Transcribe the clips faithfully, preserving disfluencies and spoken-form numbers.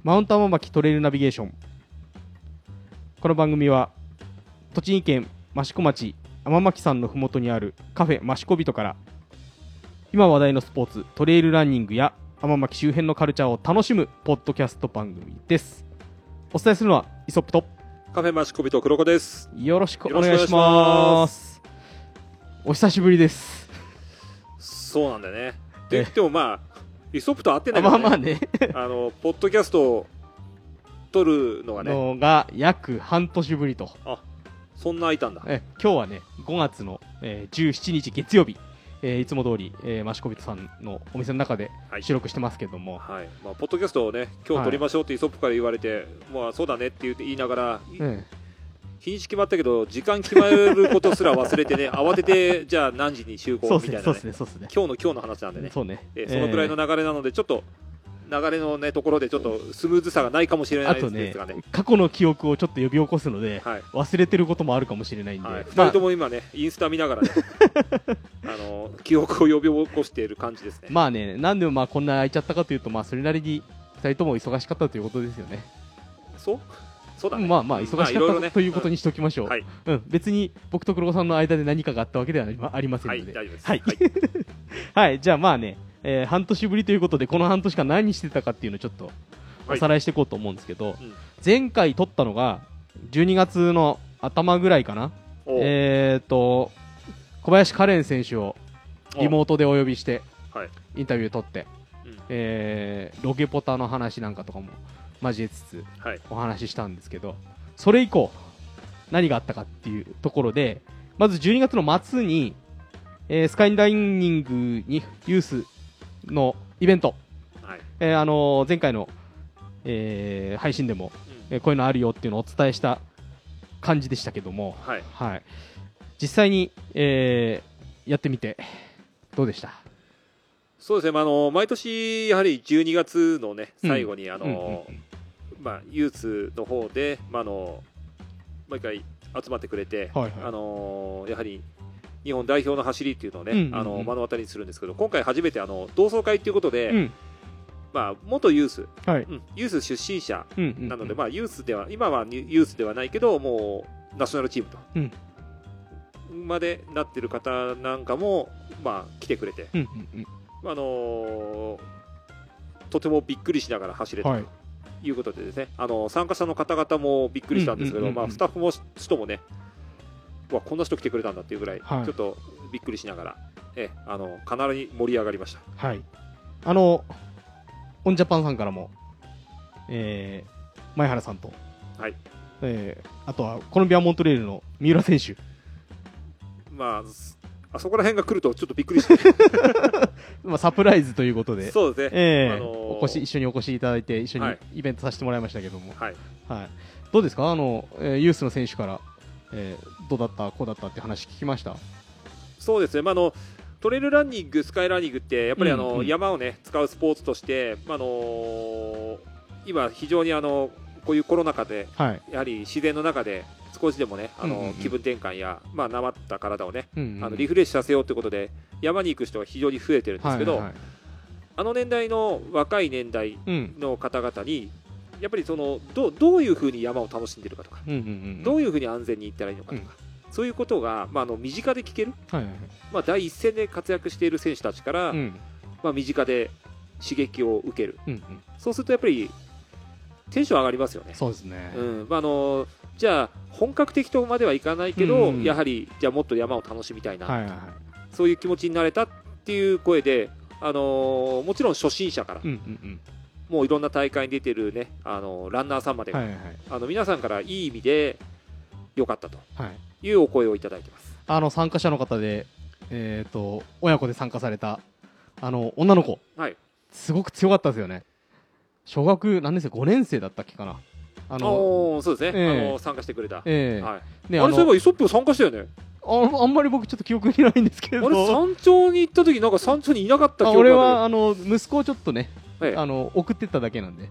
マウント天巻トレイルナビゲーション。この番組は栃木県益子町天巻山のふもとにあるカフェ益子人から今話題のスポーツトレイルランニングや天巻周辺のカルチャーを楽しむポッドキャスト番組です。お伝えするのはイソップとカフェ益子人黒子です。 よろしくお願いします。お久しぶりです。 そうなんだよね。って言ってもまあイソップと会ってないからね。 まあまあねあのポッドキャストを撮るのがねのが約半年ぶりと。 あ、そんな空いたんだ。 え今日はねごがつの、えー、じゅうしちにち月曜日、えー、いつも通り、えー、益子人さんのお店の中で収録してますけども、 はいはい、まあ、ポッドキャストをね今日撮りましょうってイソップから言われて、まあそうだねって言って言いながら、ええ、日にち決まったけど時間決まることすら忘れてね慌ててじゃあ何時に集合みたいなね、 そうですねそうですね、 今日の今日の話なんでね、 そうね、 えー、そのくらいの流れなのでちょっと流れのねところでちょっとスムーズさがないかもしれないですがね、 あとね過去の記憶をちょっと呼び起こすので、はい、忘れてることもあるかもしれないんで、はい、 ふたりとも今ねインスタ見ながらねあの記憶を呼び起こしている感じですね。 まあね、なんでまあこんな空いちゃったかというと、まあそれなりにふたりとも忙しかったということですよね。 そうそうだね、 まあまあ忙しかった、まあね、ということにしておきましょう、うんはいうん、別に僕と黒子さんの間で何かがあったわけではありませんので、 はい、大丈夫です、 はいはいはい、じゃあまあね、えー、半年ぶりということでこの半年間何してたかっていうのをちょっとおさらいしていこうと思うんですけど、はいうん、前回撮ったのがじゅうにがつの頭ぐらいかな、えーと小林カレン選手をリモートでお呼びしてインタビュー撮って、うん、えー、ロケポタの話なんかとかも交えつつお話ししたんですけど、はい、それ以降何があったかっていうところで、まずじゅうにがつの末に、えー、スカイダイニングにユースのイベント、はい、えーあのー、前回の、えー、配信でも、うん、えー、こういうのあるよっていうのをお伝えした感じでしたけども、はいはい、実際に、えー、やってみてどうでした？ そうですね、まあ、あの毎年やはりじゅうにがつの、ね、最後に、うん、あの、うんうんうんまあ、ユースの方で、まあ、あの毎回集まってくれて、はいはい、あのやはり日本代表の走りっていうのをね、うんうんうん、あの目の当たりにするんですけど、今回初めてあの同窓会ということで、うんまあ、元ユース、はいうん、ユース出身者なので、うんうんうんまあ、ユースでは今はユースではないけどもうナショナルチームと、うん、までなってる方なんかも、まあ、来てくれて、うんうんうんあのー、とてもびっくりしながら走れた、はいということでですね、あの参加者の方々もびっくりしたんですけど、まあ、スタッフも人もね、わこんな人来てくれたんだっていうぐらい、はい、ちょっとびっくりしながら、えあのかなり盛り上がりました。 はい、あのオンジャパンさんからも、えー、前原さんと、はいえー、あとはコロンビアモントレールの三浦選手、 まああそこら辺が来るとちょっとびっくりしてまあサプライズということで、 そうですね、 えーあのー、お越し一緒にお越しいただいて一緒にイベントさせてもらいましたけども、はいはい、どうですか、あの、えー、ユースの選手から、えー、どうだったこうだったって話聞きました？ そうですね、まあ、あのトレイルランニングスカイランニングってやっぱりあの、うんうん、山をね使うスポーツとして、まあのー、今非常にあのこういうコロナ禍で、はい、やはり自然の中で少しでもねあの、うんうんうん、気分転換や、まあ、なまった体をね、うんうん、あのリフレッシュさせようということで山に行く人が非常に増えてるんですけど、はいはいはい、あの年代の若い年代の方々に、うん、やっぱりその ど, どういうふうに山を楽しんでるかとか、うんうんうん、どういうふうに安全に行ったらいいのかとか、うん、そういうことが、まあ、あの身近で聞ける、はいはいはいまあ、第一線で活躍している選手たちから、うんまあ、身近で刺激を受ける、うんうん、そうするとやっぱりテンション上がりますよね。 そうですね、 うんまあ、あのじゃあ本格的とまではいかないけど、うんうん、やはりじゃあもっと山を楽しみたいな、はいはいはい、そういう気持ちになれたっていう声で、あのー、もちろん初心者から、うんうんうん、もういろんな大会に出てる、ねあのー、ランナーさんまで、はいはい、あの皆さんからいい意味で良かったというお声をいただいてます。 あの参加者の方で、えー、と親子で参加されたあの女の子、はい、すごく強かったですよね。小学何年生ごねん生だったっけかな。 あのそうですね、えー、あの参加してくれた、えーはいね、 あれそういえばイソップ参加したよね。 あ, あんまり僕ちょっと記憶にないんですけど、 あれ山頂に行った時なんか山頂にいなかった記憶がある。 俺はあの息子をちょっとね、はい、あの送ってっただけなんで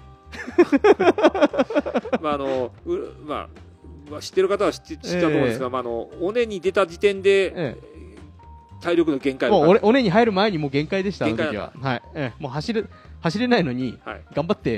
まああのう、まあ、知ってる方は知って知ったと思うんですが、えーまあ、あの尾根に出た時点で、えー、体力の限界をもう尾根に入る前にもう限界でした。あの時は、はいえー、もう走れ走れないのに、はい、頑張って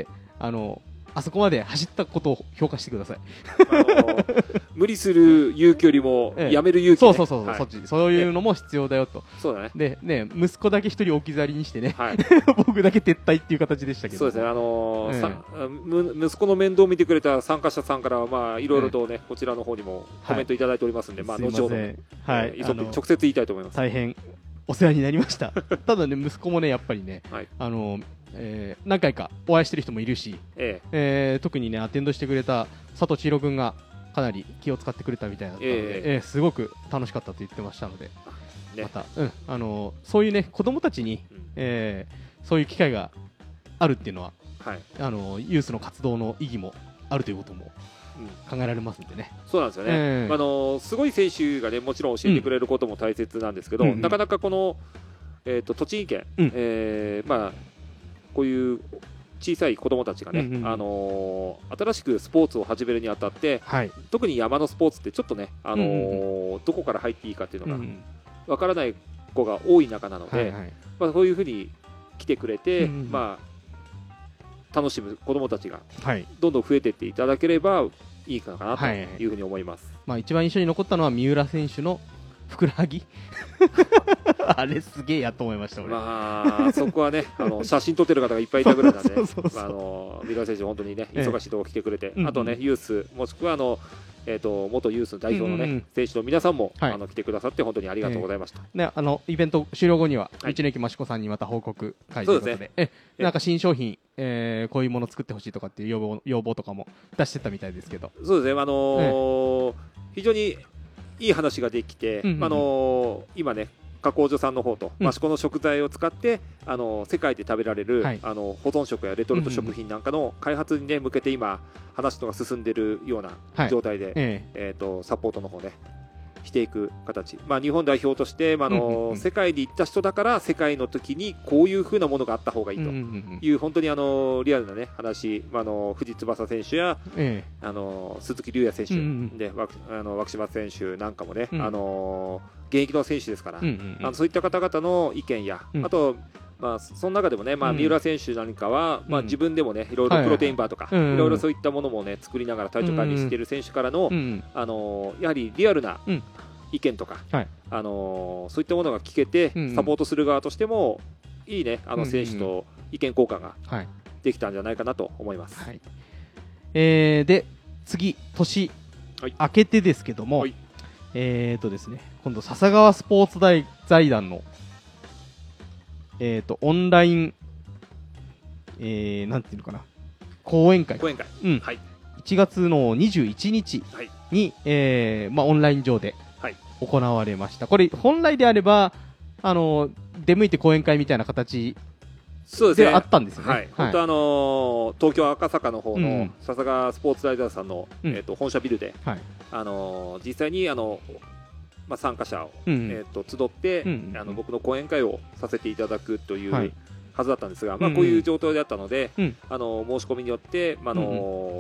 あのあそこまで走ったことを評価してください。 あの無理する勇気よりもやめる勇気、ね、 そうそうそう、はい、そっちそういうのも必要だよと。 そうだね。 でね、息子だけ一人置き去りにしてね、 はい、 僕だけ撤退っていう形でしたけど。 そうですね、あのーええ、息子の面倒を見てくれた参加者さんからまあいろいろとね、ええ、こちらの方にもコメントいただいておりますんで、はい、まあ後ほど、ね、はい、えー、直接言いたいと思います。 大変お世話になりました。ただね、息子もねやっぱりね、 はい、 あのーえー、何回かお会いしてる人もいるし、えええー、特にねアテンドしてくれた佐藤千尋君がかなり気を使ってくれたみたいだったので、えええー、すごく楽しかったと言ってましたので、ね、また、うん、あのー、そういうね子供たちに、うん、えー、そういう機会があるっていうのは、はい、あのー、ユースの活動の意義もあるということも考えられますんでね。 うん、そうなんですよね、えー、あのー、すごい選手がねもちろん教えてくれることも大切なんですけど、うん、なかなかこの、えーと、栃木県、うん、えー、まあこういう小さい子どもたちがね、うんうん、あのー、新しくスポーツを始めるにあたって、はい、特に山のスポーツってちょっとね、あのーうんうん、どこから入っていいかっていうのがわからない子が多い中なので、はいはい、まあ、こういうふうに来てくれて、うんうん、まあ、楽しむ子どもたちがどんどん増えていっていただければいいかなというふうに思います。はいはい、 まあ、一番印象に残ったのは三浦選手のふくらはぎあれすげえやと思いました俺。 まあそこはねあの写真撮ってる方がいっぱいいたぐらいなんで、あの三浦選手本当にね忙しいとこ来てくれて、ええ、あとねユースもしくはあのえー、と元ユースの代表の、ね、うんうん、選手の皆さんも、はい、あの来てくださって本当にありがとうございました。 えーね、あのイベント終了後には、はい、道の駅益子さんにまた報告会ということで、ええなんか新商品、えー、こういうものを作ってほしいとかっていう要望、要望とかも出してたみたいですけど。 そうですね、あのーえー、非常にいい話ができて、うんうんうん、あのー、今ね加工所さんの方と益子の食材を使って、うん、あの世界で食べられる、はい、あの保存食やレトルト食品なんかの開発に、ね、向けて今話が進んでいるような状態で、はい、えー、えーとサポートの方ねしていく形、まあ、日本代表として、まあのうんうん、世界に行った人だから世界の時にこういう風なものがあった方がいいという、うんうんうん、本当にあのリアルな、ね、話、まあ、の藤翼選手や、えー、あの鈴木龍也選手、うんうん、であの脇島選手なんかもね、うん、あの現役の選手ですから、うんうんうん、あのそういった方々の意見や、うん、あとまあ、その中でもね、まあ、三浦選手なんかは、うん、まあ、自分でもねいろいろプロテインバーとか、はいはい、いろいろそういったものもね作りながら体調管理している選手からの、うん、あのやはりリアルな意見とか、うん、あのそういったものが聞けて、うん、サポートする側としてもいいねあの選手と意見交換ができたんじゃないかなと思います。はい、 えー、で次年明けてですけども、はい、えーとですね今度笹川スポーツ大財団のえーとオンライン、えー、なんていうのかな講演会講演会、 うん、はい、いちがつのにじゅういちにちに、はい、えーまあ、オンライン上で行われました。これ本来であればあの出向いて講演会みたいな形ではあったんですよね。はい、 本当あのー、東京赤坂の方の笹川スポーツ大団さんの、うん、えーと本社ビルで、はい、あのー、実際にあのまあ、参加者を、うんうんえー、と集って、うんうん、あの僕の講演会をさせていただくというはずだったんですが、はい、まあ、こういう状態であったので、うんうん、あの申し込みによって、まあのうんうん、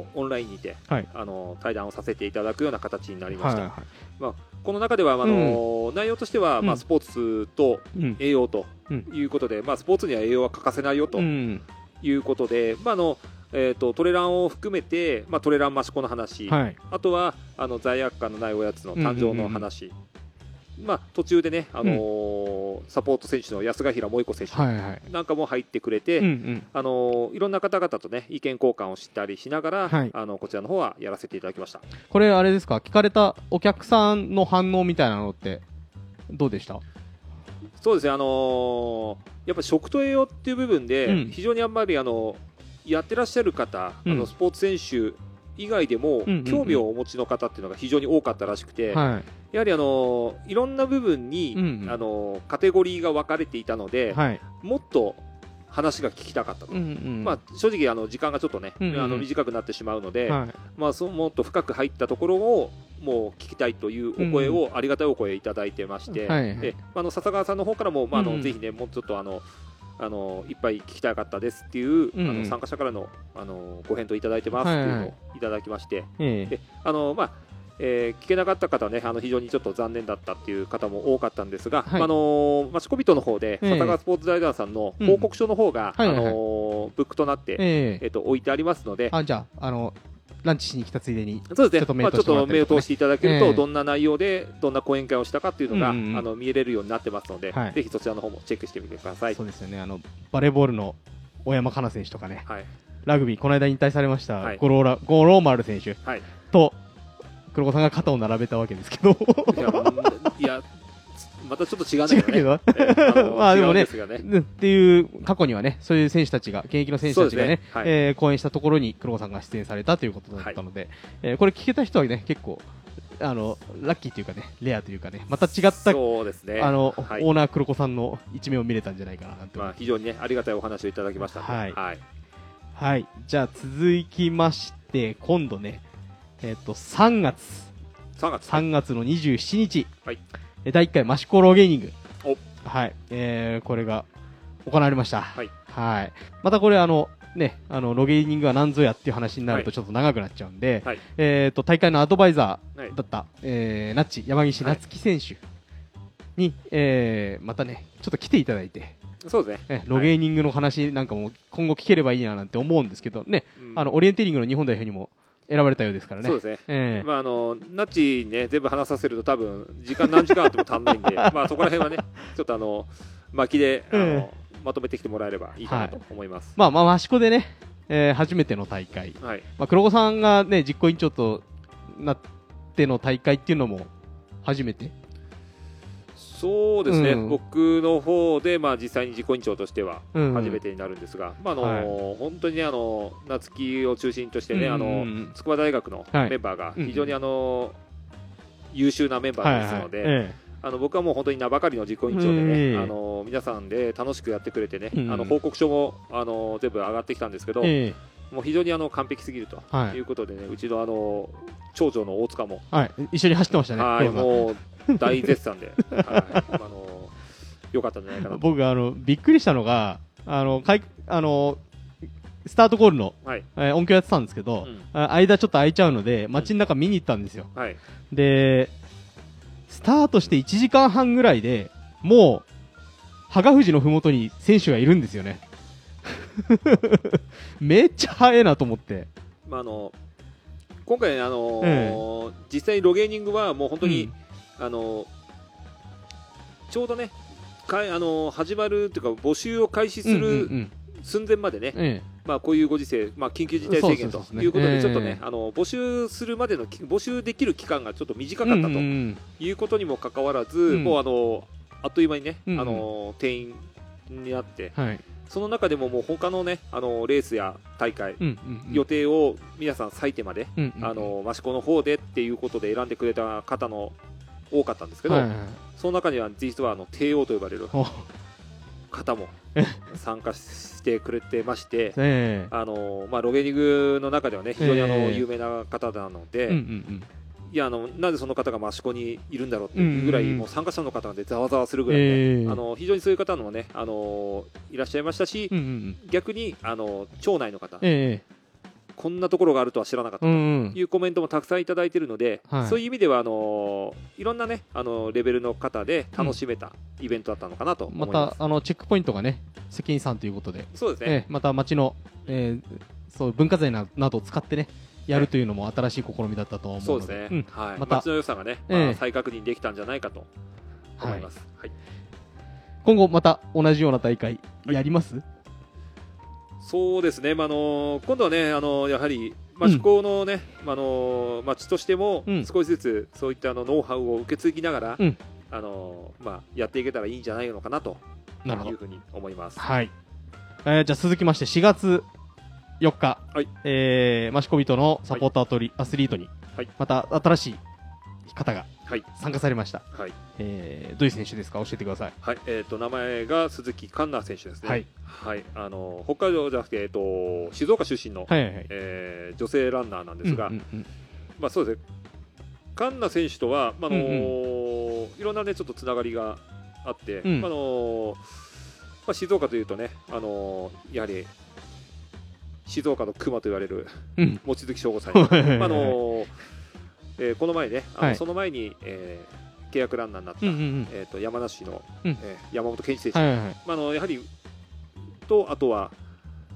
オンラインにて、はい、あの対談をさせていただくような形になりました。はいはい、まあ、この中では、あのうん、内容としては、まあ、スポーツと栄養ということで、うんまあ、スポーツには栄養は欠かせないよということで、まああのえー、とトレランを含めて、まあ、トレラン益子の話、はい、あとはあの罪悪感のないおやつの誕生の話、うんうんうんまあ、途中でね、あのーうん、サポート選手の安ヶ平萌子選手なんかも入ってくれて、はいはいあのー、いろんな方々と、ね、意見交換をしたりしながら、はい、あのこちらの方はやらせていただきました。 これあれですか、聞かれたお客さんの反応みたいなのってどうでした？ そうですね、あのー、やっぱり食と栄養っていう部分で、うん、非常にあんまりあのやってらっしゃる方、うん、あのスポーツ選手以外でも興味をお持ちの方っていうのが非常に多かったらしくて、はい、やはりあのいろんな部分に、うんうん、あのカテゴリーが分かれていたので、はい、もっと話が聞きたかったと、うんうんまあ、正直あの時間がちょっとね、うんうん、あの短くなってしまうので、はいまあ、そもっと深く入ったところをもう聞きたいというお声を、うん、ありがたいお声いただいてまして、はいはい、であの笹川さんの方からも、まああのうん、ぜひねもうちょっとあのあのいっぱい聞きたかったですっていう、うんうん、あの参加者からの、あのご返答いただいてますっていうのをいただきまして、はいはい、であのまあえー、聞けなかった方は、ね、あの非常にちょっと残念だったっていう方も多かったんですが、はいあのー、マチコビトの方で笹川スポーツ財団さんの報告書の方が、うんあのーのブックとなって、えーえー、と置いてありますので、 あじゃあ、あのランチしに来たついでにそうですね、ちょっと目を通していただけると、えー、どんな内容でどんな講演会をしたかっていうのが、うんうん、あの見えれるようになってますので、はい、ぜひそちらの方もチェックしてみてください。 そうですよね、あのバレーボールの大山加奈選手とかね、はい、ラグビーこの間引退されました、はい、ゴローラゴローマル選手、はい、と黒子さんが肩を並べたわけですけどいやいやまたちょっと違うんだけどね。 まあでもね、っていう過去にはね、そういう選手たちが、現役の選手たちがね、はい、えー、講演したところに黒子さんが出演されたということだったので、はい、えー、これ聞けた人はね、結構、あの、ラッキーというかね、レアというかね、また違った、 そうですね、 あの、はい、オーナー黒子さんの一面を見れたんじゃないかなと。 まあ非常にね、ありがたいお話をいただきましたので、 はい。はい。はい、じゃあ続きまして、今度ね、えっと、さんがつ。 さんがつ。 さんがつのにじゅうしちにち。 はい。 だいいっかいマシコロゲーニング、 おはい、えー、これが行われました。 はい、 はい、またこれあのね、あのロゲーニングは何ぞやっていう話になるとちょっと長くなっちゃうんで、はい、えーと大会のアドバイザーだった、はい、えー、ナッチ山岸夏樹選手に、はい、えー、またねちょっと来ていただいて、 そうですね、 ロゲーニングの話なんかも今後聞ければいいななんて思うんですけどね、うん、あのオリエンテーリングの日本代表にも選ばれたようですからね。 そうですね。えー、まああのナッチね全部話させると多分時間何時間あっても足んないんで、まあそこら辺はねちょっとあの巻きであの、えー、まとめてきてもらえればいいかなと思います。はい、 まあまあ益子でね、えー、初めての大会、はい、まあ黒子さんがね実行委員長となっての大会っていうのも初めて。 そうですね、うん、僕の方で、まあ、実際に実行委員長としては初めてになるんですが、うん、まああのはい、本当にね、あの夏希を中心としてね、うん、あの筑波大学のメンバーが非常にあの、うん、優秀なメンバーですので、はいはい、あの僕はもう本当に名ばかりの実行委員長でね、あの皆さんで楽しくやってくれてね、あの報告書もあの全部上がってきたんですけど、もう非常にあの完璧すぎるということでね、うちのあの長女の大塚も、 はい、一緒に走ってましたね。 はい、もう大絶賛で、はい、あの良かったんじゃないかなと。 僕あのびっくりしたのがあのかいあのスタートゴールの、はい、えー、音響やってたんですけど、うん、間ちょっと空いちゃうので街の中見に行ったんですよ。はい、でスタートしていちじかんはんぐらいでもう羽賀富士のふもとに選手がいるんですよね。めっちゃ速いなと思って。 まああの今回、あのーええ、実際にロゲーニングはもう本当に、うん、あのちょうどねかい、あの始まるというか募集を開始する寸前までね、うんうんうん、まあ、こういうご時世、まあ、緊急事態宣言ということでちょっとね、あの募集するまでの募集できる期間がちょっと短かったということにもかかわらず、うんうん、もうあのあっという間にね、うんうん、あの定員になって、はい、その中でももう他のねあのレースや大会、うんうんうん、予定を皆さん割いてまで、うんうん、あの益子の方でっていうことで選んでくれた方の多かったんですけど、はいはいはい、その中には実はあの帝王と呼ばれる方も参加してくれてまして、えーあのまあ、ロゲーニングの中ではね非常にあの、えー、有名な方なので、うんうんうん、いやあのなぜその方が益子にいるんだろうっていうぐらい、うんうん、もう参加者の方でざわざわするぐらいで、えー、あの非常にそういう方もねあのいらっしゃいましたし、うんうん、逆にあの町内の方、えーこんなところがあるとは知らなかったというコメントもたくさんいただいているので、うんうん、そういう意味ではあのいろんな、ね、あのレベルの方で楽しめたイベントだったのかなと思います。 またあのチェックポイントがね責任さんということで、 そうですね、 えー、また町の、えー、そう文化財などを使ってねやるというのも新しい試みだったと思うので、 そうですね、うん、はい、また町の良さがね、まあえー、再確認できたんじゃないかと思います、はいはい、 今後また同じような大会やります？はい、 そうですね、まあ、あの今度はね、あのやはり益子のね、うん、あの町としても少しずつそういったあのノウハウを受け継ぎながら、うん、あのまあ、やっていけたらいいんじゃないのかなというふうに思います。 はい、えー、じゃあ続きましてしがつよっか、はい、えー、益子人のサポーターとリ、はい、アスリートに、はい、また新しい方が参加されました、はい、えー、どういう選手ですか、教えてください。 はい、えー、と名前が鈴木環奈選手ですね。はい、はい、あの北海道じゃなくて、えー、と静岡出身の、はいはいはい、えー、女性ランナーなんですが、うんうんうん、まあ、そうですね、環奈選手とは、まあのーうんうん、いろんな、ね、ちょっとつながりがあって、うん、あのーまあ、静岡というとね、あのー、やはり静岡の熊と言われる、うん、望月翔吾さん、まああのーえー、この前ね、あの、はい、その前に、えー、契約ランナーになった、うんうんうん、えー、と山梨の、うん、えー、山本健一選手、はいはいはい、まあ、あのやはりとあとは、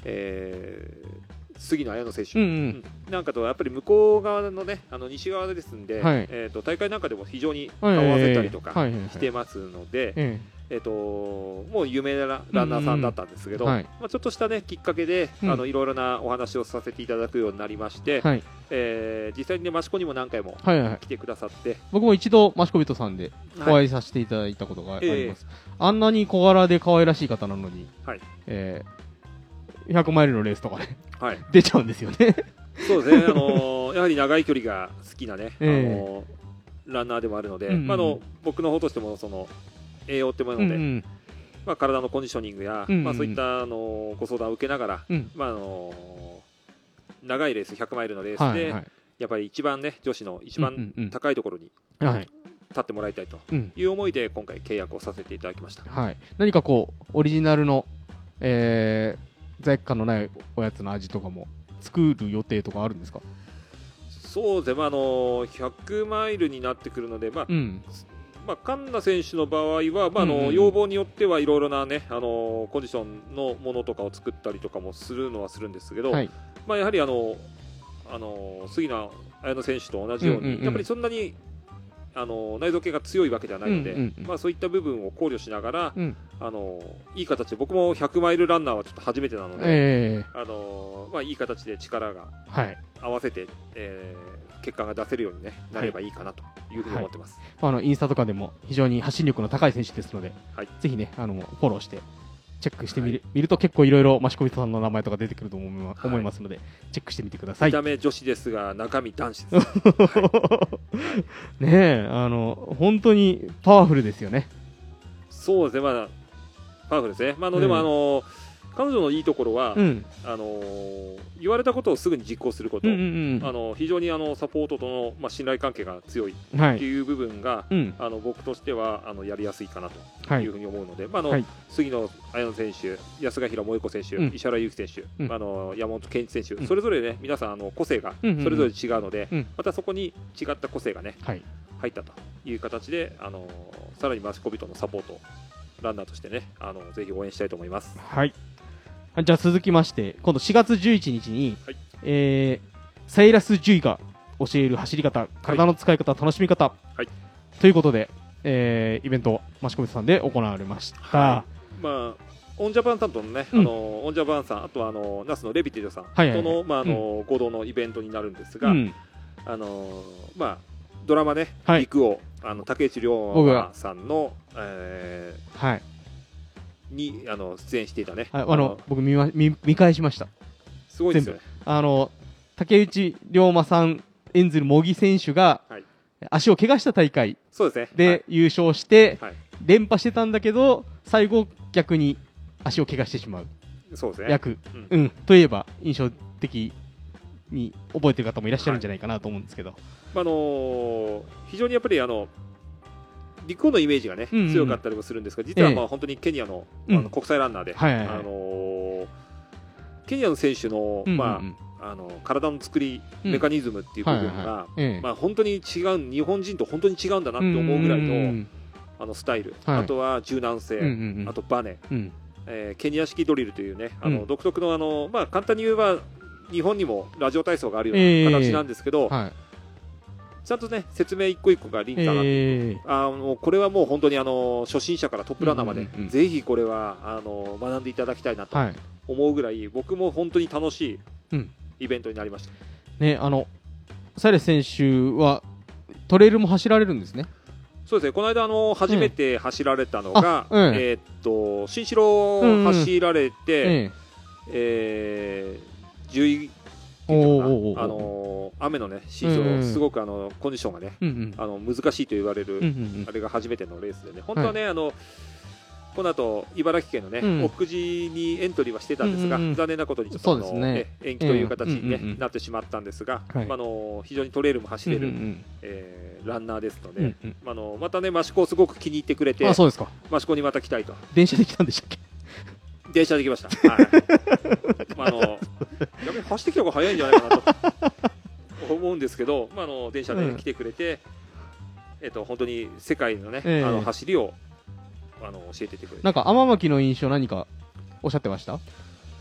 えー杉野綾乃選手、 うんうん、 なんかとやっぱり向こう側のねあの西側ですんで、はい、えー、と大会なんかでも非常に顔を合わせたりとかしてますので、えーともう有名なランナーさんだったんですけど、うんうん、はい、まあ、ちょっとした、ね、きっかけで、うん、あのいろいろなお話をさせていただくようになりまして、はい、えー、実際に、ね、益子にも何回も来てくださって、はいはい、 僕も一度益子人さんでお会いさせていただいたことがあります、はい、えー、あんなに小柄で可愛らしい方なのに、はい、えーひゃくマイルのレースとかね、はい、出ちゃうんですよね。 そうですね、あのー、やはり長い距離が好きなね、えー、あのー、ランナーでもあるので、うんうん、まあ、あの僕の方としてもその栄養ってもので、うんうん、まあ、体のコンディショニングや、うんうん、まあ、そういった、あのー、ご相談を受けながら、うん、まああのー、長いレースひゃくマイルのレースで、はいはい、やっぱり一番ね女子の一番高いところに、うんうんうん、立ってもらいたいという思いで今回契約をさせていただきました、 はい、何かこうオリジナルの、えー罪悪感のないおやつの味とかも作る予定とかあるんですか？ そうですね、まあ、あのひゃくマイルになってくるので、まあ、うん、まあ、環奈選手の場合は、まあ、あの、うんうん、要望によってはいろいろな、ね、あのコンディションのものとかを作ったりとかもするのはするんですけど、はい、まあ、やはりあのあの杉野綾乃選手と同じように、うんうんうん、やっぱりそんなにあの内臓系が強いわけではないので、うんうんうん、まあ、そういった部分を考慮しながら、うん、あのいい形で、僕もひゃくマイルランナーはちょっと初めてなので、えーあのまあ、いい形で力が合わせて、はい、えー、結果が出せるように、ね、なればいいかなというふうに思ってます、 はい、あのインスタとかでも非常に発信力の高い選手ですので、はい、ぜひ、ね、あのフォローしてチェックしてみる、はい、見ると結構いろいろ益子人さんの名前とか出てくると思い、ま、思いますので、チェックしてみてください。 見た目女子ですが中身男子です、 はい、ねえ、あの本当にパワフルですよね。 そうですね、まあ、パワフルですね、まあ、あのでも、あの彼女のいいところは、うん、あのー、言われたことをすぐに実行すること、うんうんうん、あの非常にあのサポートとの、まあ、信頼関係が強いっていう部分が、はい、あの僕としてはあのやりやすいかなというふうに思うので、はい、まああのはい、杉野綾乃選手、安賀平萌子選手、うん、石原裕希選手、うん、あの山本健一選手、うん、それぞれ、ね、皆さんあの個性がそれぞれ違うので、うんうんうん、またそこに違った個性が、ね、はい、入ったという形で、あのさらに益子人のサポートランナーとしてね、あのぜひ応援したいと思います。 はい、じゃあ続きまして今度しがつじゅういちにちに、はい、えー、サイラス・ジュイが教える走り方、体の使い方、はい、楽しみ方、はい、ということで、えー、イベント益子人さんで行われました、はい、 まあオンジャパン担当のね、うん、あのオンジャパンさん、あとはあのナスのレビティドさんとの、はいはいはい、まああの、うん、合同のイベントになるんですが、うん、あのまあドラマね、はい、陸王、あの竹内涼真さんの、えーはい、にあの出演していたね、 ああの僕 見, ま 見, 見返しました。 すごいですよね。 あの竹内涼真さん演ずる茂木選手が、はい、足を怪我した大会で優勝して、はい、連覇してたんだけど最後逆に足を怪我してしまう役、うんうん、といえば印象的に覚えてる方もいらっしゃるんじゃないかなと思うんですけど、はい、 あのー、非常にやっぱりあの陸王のイメージがね、うんうん、強かったりもするんですが、実はまあ本当にケニア の,、ええ、あの国際ランナーで、はいはいはい、あのー、ケニアの選手の、うんうんうん、まあ、あの体の作り、メカニズムっていう部分が、うんはいはいはい、まあ、本当に違う、日本人と本当に違うんだなって思うぐらいの、うんうんうん、あのスタイル、はい、あとは柔軟性、うんうんうん、あとバネ、うん、えー、ケニア式ドリルというね、あの、うん、独特の、あの、まあ、簡単に言えば日本にもラジオ体操があるような形なんですけど、えーはい、ちゃんとね説明一個一個がリンクかなって、えー、あのこれはもう本当にあの初心者からトップランナーまで、うんうんうん、ぜひこれはあの学んでいただきたいなと思うぐらい、はい、僕も本当に楽しいイベントになりました、 うんね、あのサイレス選手はトレイルも走られるんですね。 そうですね、この間あの初めて走られたのが、うん、えー、っと新城を走られて、うんうん、えー、じゅういあのー、雨のねシーズン、うん、すごくあのコンディションがね、うんうん、あの難しいと言われる、うんうんうん、あれが初めてのレースでね、本当はね、はい、あのこの後茨城県のね、うん、奥久慈にエントリーはしてたんですが、うんうん、残念なことにちょっとあの、ね、延期という形に、ね、うんうんうん、なってしまったんですが、はい、まあ、あの非常にトレイルも走れる、うんうん、えー、ランナーですので、うんうん、まあ、あのまたね益子をすごく気に入ってくれて、 あ、そうですか、 益子にまた来たいと。 電車で来たんでしたっけ？ 電車で来ました。はい、まあ、あの逆に走ってきた方が早いんじゃないかなと思うんですけど、まあ、あの電車で来てくれて、うん、えっと、本当に世界のね、えー、あの走りをあの教えててくれて、 なんか天巻の印象何かおっしゃってました？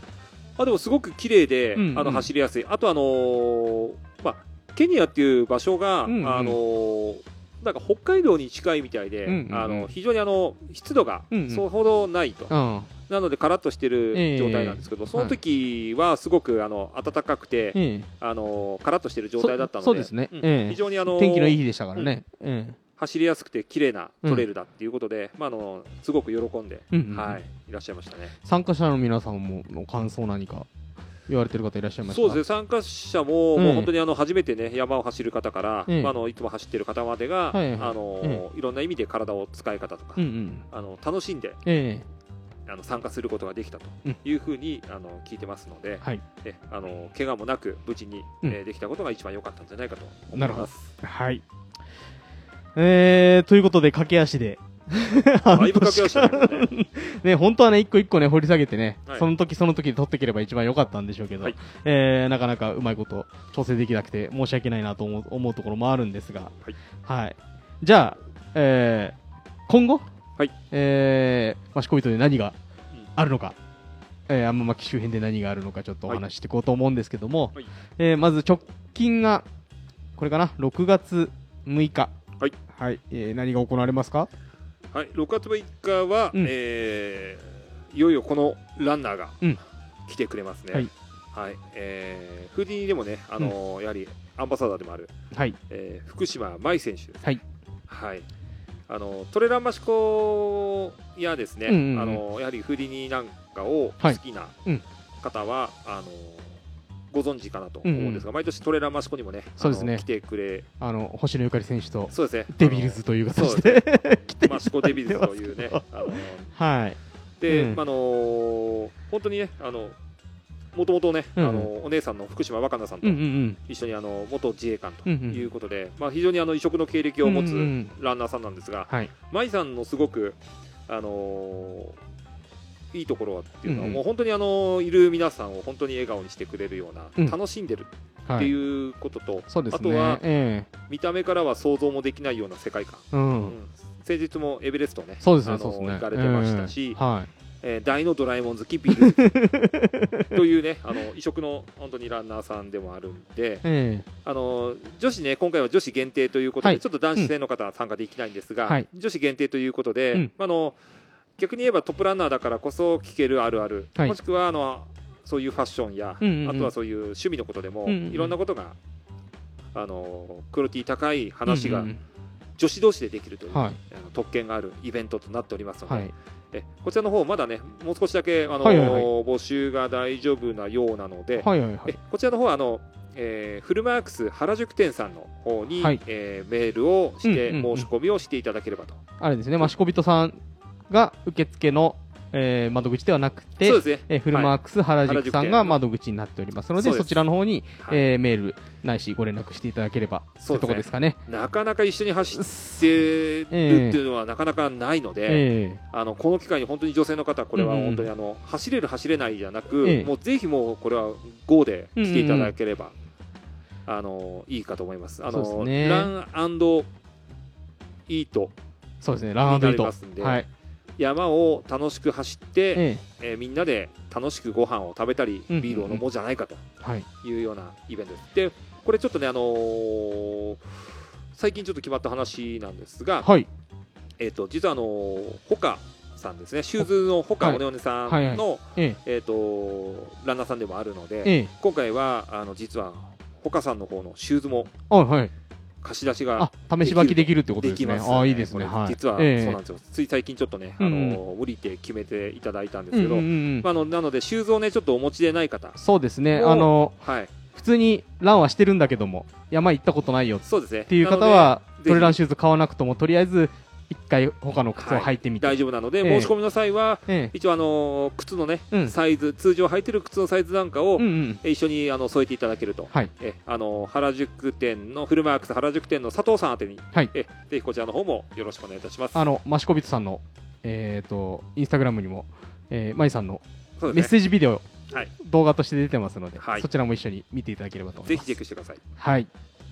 あでもすごく綺麗で、うんうん、あの走りやすい。あとあのー、まあケニアっていう場所が、うんうん、あのー、なんか北海道に近いみたいで、うんうんうん、あの非常にあの湿度がそれほどないと、うんうん、なのでカラッとしてる状態なんですけど、えー、その時はすごくあの暖かくて、えー、あのカラッとしてる状態だったので、 そうですね、 うんえー、非常にあの天気のいい日でしたからね、 うんえー、走りやすくて綺麗なトレイルだっていうことで、うんまあ、あのすごく喜んで、うんうんはい、いらっしゃいましたね。 参加者の皆さんもの感想何か言われてる方いらっしゃいますか？ そうですね、参加者も、うん、もう本当にあの初めてね山を走る方から、うんまあ、あのいつも走ってる方までが、はいはいあのうん、いろんな意味で体を使い方とか、うんうん、あの楽しんで、えー、あの参加することができたというふうに、うん、あの聞いてますので、はい、えあの怪我もなく無事に、うんえー、できたことが一番良かったんじゃないかと思います。 はい、えー、ということで駆け足でだいぶ駆け足だねね、本当はね一個一個ね掘り下げてね、はい、その時その時で取っていければ一番良かったんでしょうけど、はいえー、なかなかうまいこと調整できなくて申し訳ないなと思う、思うところもあるんですが、はいはい、じゃあ、えー、今後、はいえー、益子人で何があるのか、うんえー、天巻周辺で何があるのかちょっとお話していこうと思うんですけども、はいえー、まず直近がこれかなろくがつむいか、はいはいえー、何が行われますか？ はい、ろくがつむいかは、うんえー、いよいよこのランナーが来てくれますね。うんはいはいえー、フーディーでもね、あのーうん、やはりアンバサダーでもある、はいえー、福島舞選手です、はいはい、あのトレラン益子やですね、うんうんうん、あのやはりフーディーなんかを好きな方は、はいうん、あのご存知かなと思うんですが、うんうん、毎年トレラン益子にもね、そうですね来てくれあの星野ゆかり選手とそうです、ね、 デビルズという形で益子デビルズというねあのはいで、うん、あのー、本当にねあのもともとね、うん、あのお姉さんの福島若菜さんと一緒にあの元自衛官ということで、うんうんまあ、非常にあの異色の経歴を持つランナーさんなんですが、うんうん、舞さんのすごくあのーいいところはっていうのは、うんうん、もう本当にあのいる皆さんを本当に笑顔にしてくれるような、うん、楽しんでるっていうことと、はいあとは、えー、見た目からは想像もできないような世界観、うんうん、先日もエベレストねそうですねあの行かれてましたし、えーはいえー、大のドラえもん好きビルというねあの異色の本当にランナーさんでもあるんで、えー、あの女子ね今回は女子限定ということで、はい、ちょっと男子生の方は参加できないんですが、うん、女子限定ということで、うん、あの逆に言えばトップランナーだからこそ聞けるあるある、はい、もしくはあのそういうファッションや、うんうんうん、あとはそういう趣味のことでも、うんうん、いろんなことがあのクオリティ高い話が女子同士でできるという、はい、あの特権があるイベントとなっておりますので、はい、えこちらの方まだねもう少しだけあの、はいはいはい、募集が大丈夫なようなので、はいはいはい、えこちらの方はあのえー、フルマークス原宿店さんの方に、はいえー、メールをして、うんうんうん、申し込みをしていただければと。 あれですね、益子人さんが受付の、えー、窓口ではなくて、そうですねえー、フルマークス原宿さんが窓口になっておりますので、はい、そちらの方に、はいえー、メールないしご連絡していただければというところですかね。 なかなか一緒に走ってるっていうのはなかなかないので、えー、あのこの機会に本当に女性の方これは本当にあの、うんうん、走れる走れないじゃなく、えー、もうぜひもうこれは ゴー で来ていただければ、うんうんあのいいかと思います。あの、ね、ラン&イートそうですね、ラン&イートますんで、 はい、山を楽しく走って、えええー、みんなで楽しくご飯を食べたり、うんうんうん、ビールを飲もうじゃないかというようなイベントです。で、これちょっとね、あのー、最近ちょっと決まった話なんですが、はい、えーと、実はあのー、ホカさんですね、シューズのホカおねおねさんの、はいはいはい、えーとランナーさんでもあるので、え今回はあの実はホカさんの方のシューズも貸し出しが試し履きできるってことですね。ああいいですね。 実はそうなんですよ。つい最近ちょっとねあの無理って決めていただいたんですけど、まああのなのでシューズをねちょっとお持ちでない方、 そうですね。あの普通にランはしてるんだけども山行ったことないよっていう方はトレランシューズ買わなくともとりあえず一回他の靴を履いてみて、 はい、大丈夫なので、えー、申し込みの際は、えー、一応あの靴のね、うん、サイズ通常履いてる靴のサイズなんかを、うんうん、一緒にあの添えていただけると、はい、えあの原宿店のフルマークス原宿店の佐藤さん宛てに、はい、えぜひこちらの方もよろしくお願いいたします。 あの益子人さんのえっ、ー、とインスタグラムにも、えー、まいさんのメッセージビデオ、はい、動画として出てますので、はい、そちらも一緒に見ていただければと思います。 ぜひチェックしてください。 はい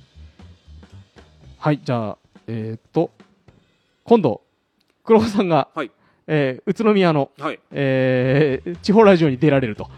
はいじゃあえっ、ー、と今度黒羽さんが、はいえー、宇都宮の、はいえー、地方ラジオに出られると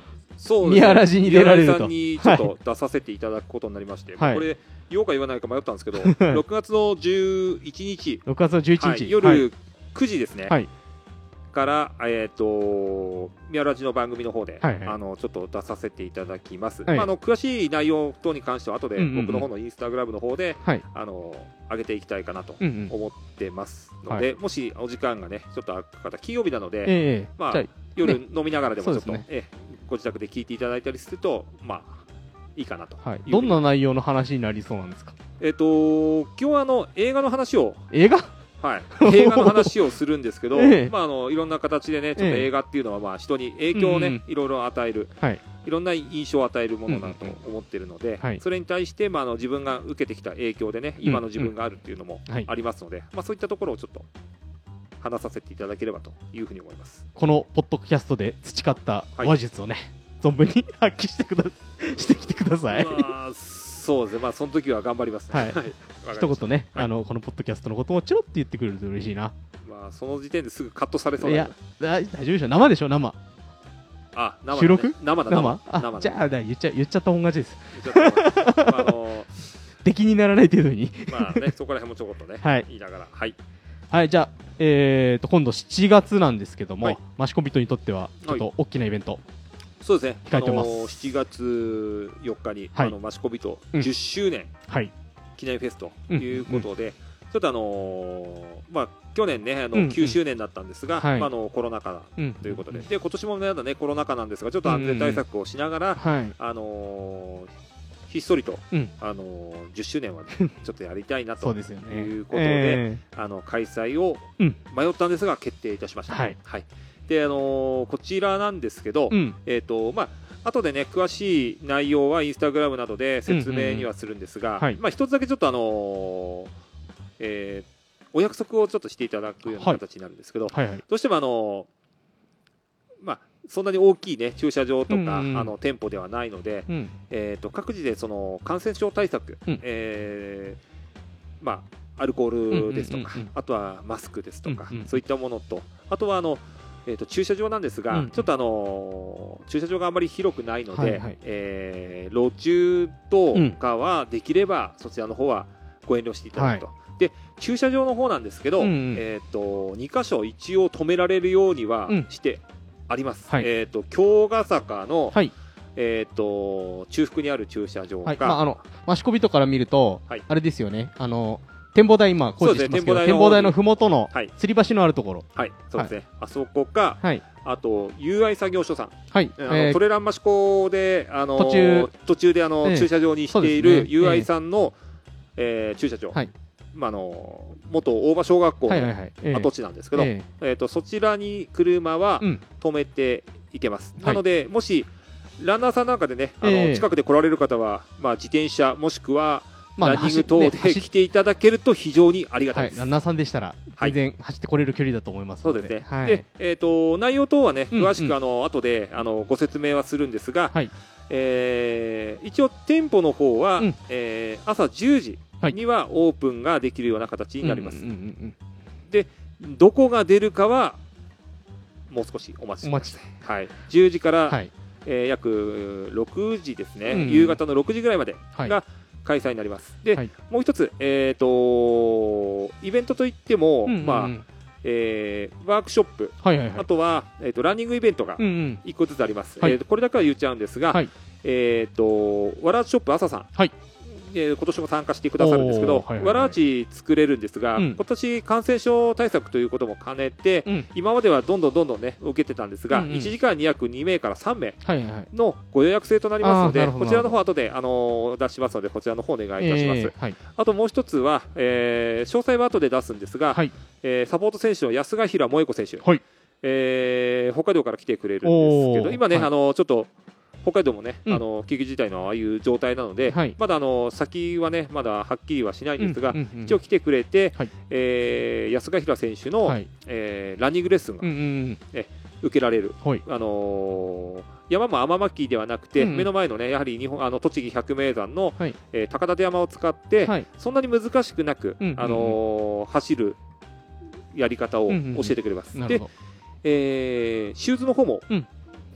そうですね、 宮ラジに出られると宮ラジさんにちょっと出させていただくことになりまして、はい、これ言おうか言わないか迷ったんですけどろくがつのじゅういちにちろくがつのじゅういちにち、 はい、夜くじですね、 はい、 から、えー、と宮ラジの番組の方で、 はいはい、 あのちょっと出させていただきます、 はい、 まあ、あの詳しい内容等に関しては後で僕の方のインスタグラムの方で、 はい、 あの上げていきたいかなと思ってますので、うんうん、もしお時間がねちょっと空く方、金曜日なので、えー、まあ、夜飲みながらでもちょっと、ねえご自宅で聞いていただいたりするとまあいいかなと、はい、 どんな内容の話になりそうなんですか。 えっ、ー、と今日はあの映画の話を映画はい、映画の話をするんですけど、ええ、まあ、あのいろんな形でねちょっと映画っていうのはまあ人に影響をね、うんうん、いろいろ与える、はい、いろんな印象を与えるものだと思っているので、うんうん、それに対して、まあ、あの自分が受けてきた影響でね今の自分があるっていうのもありますので、うんうん、まあ、そういったところをちょっと話させていただければというふうに思います。 このポッドキャストで培った話術をね、はい、存分に発揮してくだしてきてください。 まあそうですね、まあその時は頑張りますね。はい、 一言ね、はい、あのこのポッドキャストのことをちょろっと言ってくれると嬉しいな。 まあその時点ですぐカットされそうだ。いや大丈夫でしょ、生でしょ、生。 あ、生、ね、 収録？ 生だ生。 生あ、 生じゃあ言っちゃ言っちゃった本勝ちです。 言っちゃった、まあ、あのー、 敵にならない程度に。 まあね、そこら辺もちょこっとね、はい、言いながら、はい。 はい、じゃあ、えーと今度しちがつなんですけども、はい、マシコビットにとってはちょっと大きなイベント。はい、 そうですね、 控えてます。 あのー、しちがつよっかに、はい、あのマシコビトじゅっしゅうねん、はい、記念フェスということで、うんうん、ちょっとあのー、まあ去年ねあのきゅうしゅうねんだったんですが、うんうん、まあ、あのコロナ禍ということで、うんうん、で今年もまだねコロナ禍なんですがちょっと安全対策をしながら、うんうん、あのー、ひっそりと、うん、あのー、じゅっしゅうねんは、ね、ちょっとやりたいなということで、えー、あの開催を迷ったんですが決定いたしました。はい、はい、であのー、こちらなんですけど、うん、えーとまあ後でね詳しい内容はインスタグラムなどで説明にはするんですが、はい、まあ一つだけちょっとあのーえー、お約束をちょっとしていただくような形になるんですけど、はいはいはい、どうしてもあのー、まあそんなに大きいね駐車場とか、うんうん、あの店舗ではないので、うん、えーと各自でその感染症対策、うん、えー、まあアルコールですとか、うんうんうんうん、あとはマスクですとか、うんうん、そういったものとあとはあのえー、と駐車場なんですが、うん、ちょっとあのー、駐車場があまり広くないので、はいはい、えー、路駐とかはできれば、うん、そちらの方はご遠慮していただくと、はい、で駐車場の方なんですけど、うんうん、えー、とにかしょ一応止められるようにはしてあります、うん、はい、えー、と京ヶ坂の、はい、えー、と中腹にある駐車場が、はい、まあ、あの益子人から見ると、はい、あれですよね、あの展望台今工事してますけど、ね、展望台のふもとの吊り橋のあるところ、 はい、そうですね、はい、あそこか、はい、あと友愛作業所さん、はい、あの、えー、トレラン益子であの途中途中であの、えー、駐車場にしている友愛、ね、さんの、えーえー、駐車場、はい、まあ、あの元大場小学校の跡地なんですけど、えーえー、とそちらに車は止めていけます、うん、なので、はい、もしランナーさんなんかでねあの、えー、近くで来られる方は、まあ、自転車もしくはまあ、ランニング等で来ていただけると非常にありがたいです、 はい、ランナーさんでしたら全然走ってこれる距離だと思いますので、 そうですね、はい、で、えー、と内容等はね詳しくあの、うんうん、後であのご説明はするんですが、はい、えー、一応店舗の方は、うん、えー、朝じゅうじにはオープンができるような形になります、でどこが出るかはもう少しお待ちください、はい、じゅうじから、はい、えー、約ろくじですね、うんうん、夕方のろくじぐらいまでが、はい、開催になります。で、はい、もう一つ、えーと、イベントといっても、うんうん、まあえー、ワークショップ、はいはいはい、あとは、えーと、ランニングイベントがいっこずつあります、うんうん、えーと、これだけは言っちゃうんですが、はい、えーと、わらあちショップ朝さん、はい、えー、今年も参加してくださるんですけど、はいはいはい、わらあち作れるんですが、うん、今年感染症対策ということも兼ねて、うん、今まではどんどんどんどんね受けてたんですが、うんうん、いちじかんに約にめいからさんめいのご予約制となりますので、はいはいはい、こちらの方後で、あのー、出しますのでこちらの方お願いいたします、えーはい、あともう一つは、えー、詳細は後で出すんですが、はい、えー、サポート選手の安ヶ平萌子選手、はい、えー、北海道から来てくれるんですけど今ね、はい、あのー、ちょっと北海道もね、うん、あの緊急事態のああいう状態なので、はい、まだあの先はねまだはっきりはしないんですが、うんうんうん、一応来てくれて、はい、えー、安ヶ平選手の、はい、えー、ランニングレッスンが、うんうん、え受けられる、はい、あのー、山も天巻ではなくて、うんうん、目の前のねやはり日本あの栃木百名山の、はい、えー、高立山を使って、はい、そんなに難しくなく、うんうんうん、あのー、走るやり方を教えてくれます。うんうんうん、で、えー、シューズの方も、うん、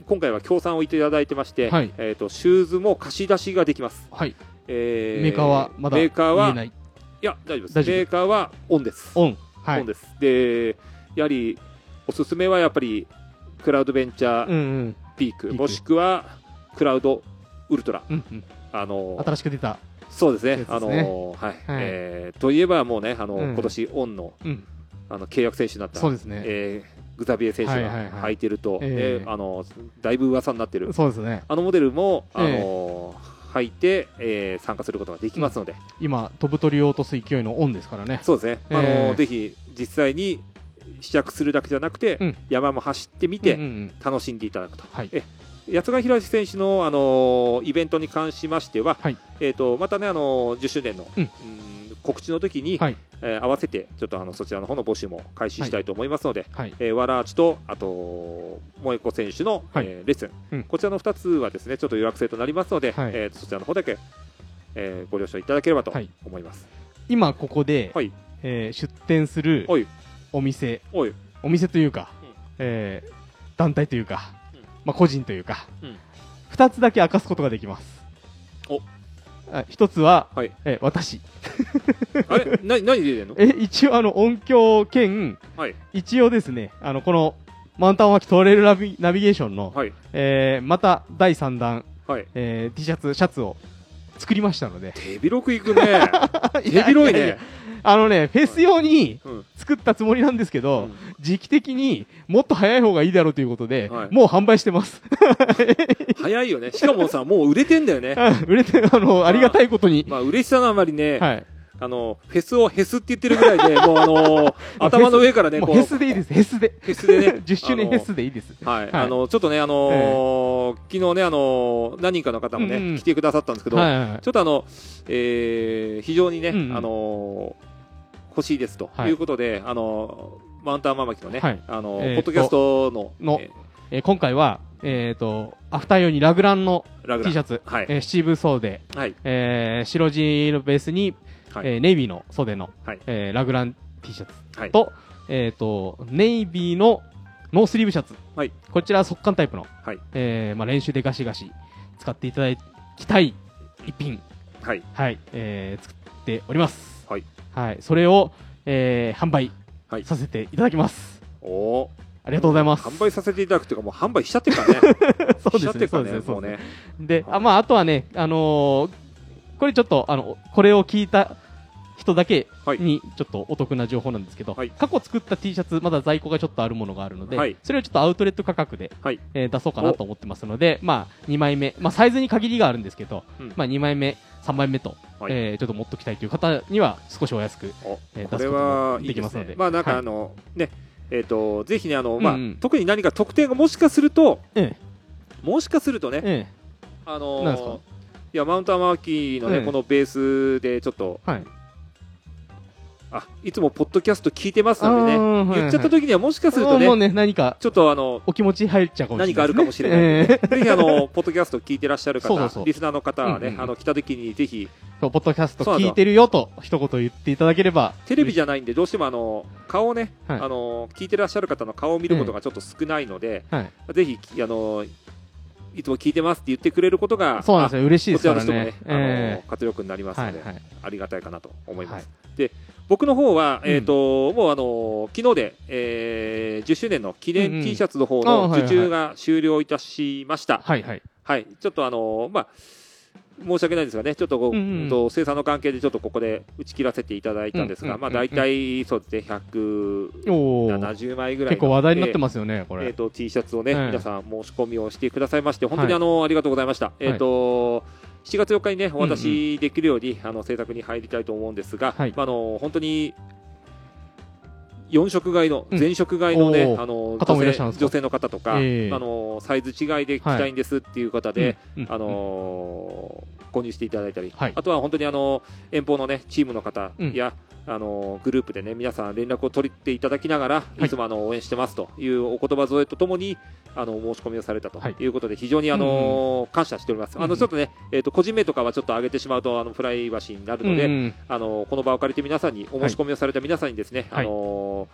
今回は協賛をいただいてまして、 はい、 えー、とシューズも貸し出しができます、 はい、 えー、 メーカーはまだ言えない。 いや大丈夫です。メーカーはオンです。 オン、はい、 オンです。でやはりおすすめはやっぱりクラウドベンチャーピーク、うんうん、もしくはクラウドウルトラ、 うんうん、 あの新しく出たそうですね、あのはい、はい、えー、といえばもうね、あの、うん、今年オンの、うん、あの契約選手になったそうですね、 えー、グザビエ選手が履いてると、えー、あのだいぶ噂になってるそうですね、 あのモデルも、あのーえー、履いて、えー、参加することができますので、うん、 今飛ぶ鳥を落とす勢いのオンですからね。 そうですね、あのーえー、ぜひ実際に試着するだけじゃなくて、うん、山も走ってみて楽しんでいただくと、はい、え八ヶ平選手の、あのー、イベントに関しましては、はい、えー、とまたね、あのー、じゅっしゅうねんの、うん、告知の時に、はい、えー、合わせてちょっとあのそちらの方の募集も開始したいと思いますので、はい、えー、ワラーチとあと萌子選手の、はい、えー、レッスン、うん、こちらのふたつはですねちょっと予約制となりますので、はい、えー、そちらの方だけ、えー、ご了承いただければと思います。はい、 今ここで、はい、えー、出店するお店、おお店というか、うん、えー、団体というか、うん、まあ、個人というか、うん、ふたつだけ明かすことができます。おひとつは、はい、え私あれな何で出てんの？ え一応あの音響兼、はい、一応ですねあのこのマウンタン脇トレイルナビ、ナビゲーションの、はい、えー、まただいさんだん、はい、えー、T シャツシャツを作りましたので手広くいくね手広いねいやいやいやあのねフェス用に作ったつもりなんですけど、うん、時期的にもっと早い方がいいだろうということで、はい、もう販売してます早いよね。しかもさもう売れてんだよね売れてあの、まあ、ありがたいことにまあ嬉しさのあまりね、はい、あのフェスをヘスって言ってるぐらいでもうあのー、頭の上からねこうヘスでいいですヘスでヘスでねじゅっしゅうねんヘスでいいです。 はい、はい、あのちょっとねあのーえー、昨日ねあのー、何人かの方もね、うんうん、来てくださったんですけど、はいはいはい、ちょっとあの、えー、非常にね、うんうん、あのー欲しいですということで、はい、あのマウンターママキのね、はい、あの、えー、ポッドキャストの、 のえーえー、今回は、えー、とアフター用にラグランの T シャツ、はい、えー、七分袖、はい、えー、白地のベースに、はい、えー、ネイビーの袖の、はい、えー、ラグラン T シャツと、はい、えー、とネイビーのノースリーブシャツ、はい、こちらは速乾タイプの、はい、えーまあ、練習でガシガシ使っていただきたい一品、はいはいえー、作っております。はいはい、それを、えー、販売させていただきます。はい、おありがとうございます。 販売させていただくというかもう販売しちゃってるからねそうですね、そうですね、もうね。で、あまあ、あとはね、あのー、これちょっとあのこれを聞いた人だけにちょっとお得な情報なんですけど、はい、過去作った T シャツまだ在庫がちょっとあるものがあるので、はい、それをちょっとアウトレット価格で、はい、えー、出そうかなと思ってますので、まあ、にまいめ、まあ、サイズに限りがあるんですけど、うん、まあ、にまいめさんまいめと、はい、えー、ちょっと持っときたいという方には少しお安く、えー、出すことができますので、 まあなんかあの、はい、ねえー、とぜひねあの、まあ、うんうん、特に何か特典がもしかすると、ええ、もしかするとね、ええ、あのー、いやマウンターマーキーのね、ええ、このベースでちょっと、はい、あいつもポッドキャスト聞いてますのでね、はいはい、言っちゃった時にはもしかすると ね, もうね何かちょっとあのお気持ち入っちゃうかもしれない、ね、 何かあるかもしれない、えー、ぜひあのポッドキャスト聞いてらっしゃる方そうそうそうリスナーの方はね、うんうん、あの来た時にぜひポッドキャスト聞いてるよと一言言っていただければ。 テレビじゃないんでどうしてもあの顔をね、はい、あの聞いてらっしゃる方の顔を見ることがちょっと少ないので、はい、ぜひあのいつも聞いてますって言ってくれることがそうなんですよ嬉しいですからね、 こちらとしてもね、えー、あの活力になりますので、はいはい、ありがたいかなと思います、はい、で僕の方は、えーとうん、もうあの昨日で、えー、じゅっしゅうねんの記念 T シャツの方の受注が終了いたしました。はいはい、はい、ちょっとあのまあ申し訳ないですがね、ちょっとこう、うんうん、と生産の関係でちょっとここで打ち切らせていただいたんですが、うんうんうん、まあ大体そうですねひゃくななじゅうまいぐらい結構話題になってますよねこれ。 えーと T シャツをね、えー、皆さん申し込みをしてくださいまして本当にあの、はい、ありがとうございました。えーと、はいしちがつよっかにねお渡しできるように、うんうん、あの制作に入りたいと思うんですが、はい、まあ、あの本当によん色買いの、うん、全色買いのねあの女性、女性の方とか、えー、あのサイズ違いで着たいんですっていう方で、はい、あのー、購入していただいたり、はい、あとは本当にあの遠方のねチームの方や、うん、あのグループでね皆さん連絡を取っていただきながら、はい、いつもあの応援してますというお言葉添えとともにあの申し込みをされたということで、はい、非常にあの、うん、感謝しております。あのちょっとね、えー、と個人名とかはちょっと上げてしまうとあのプライバシーになるので、うん、あのこの場を借りて皆さんにお申し込みをされた皆さんにですね、はい、あの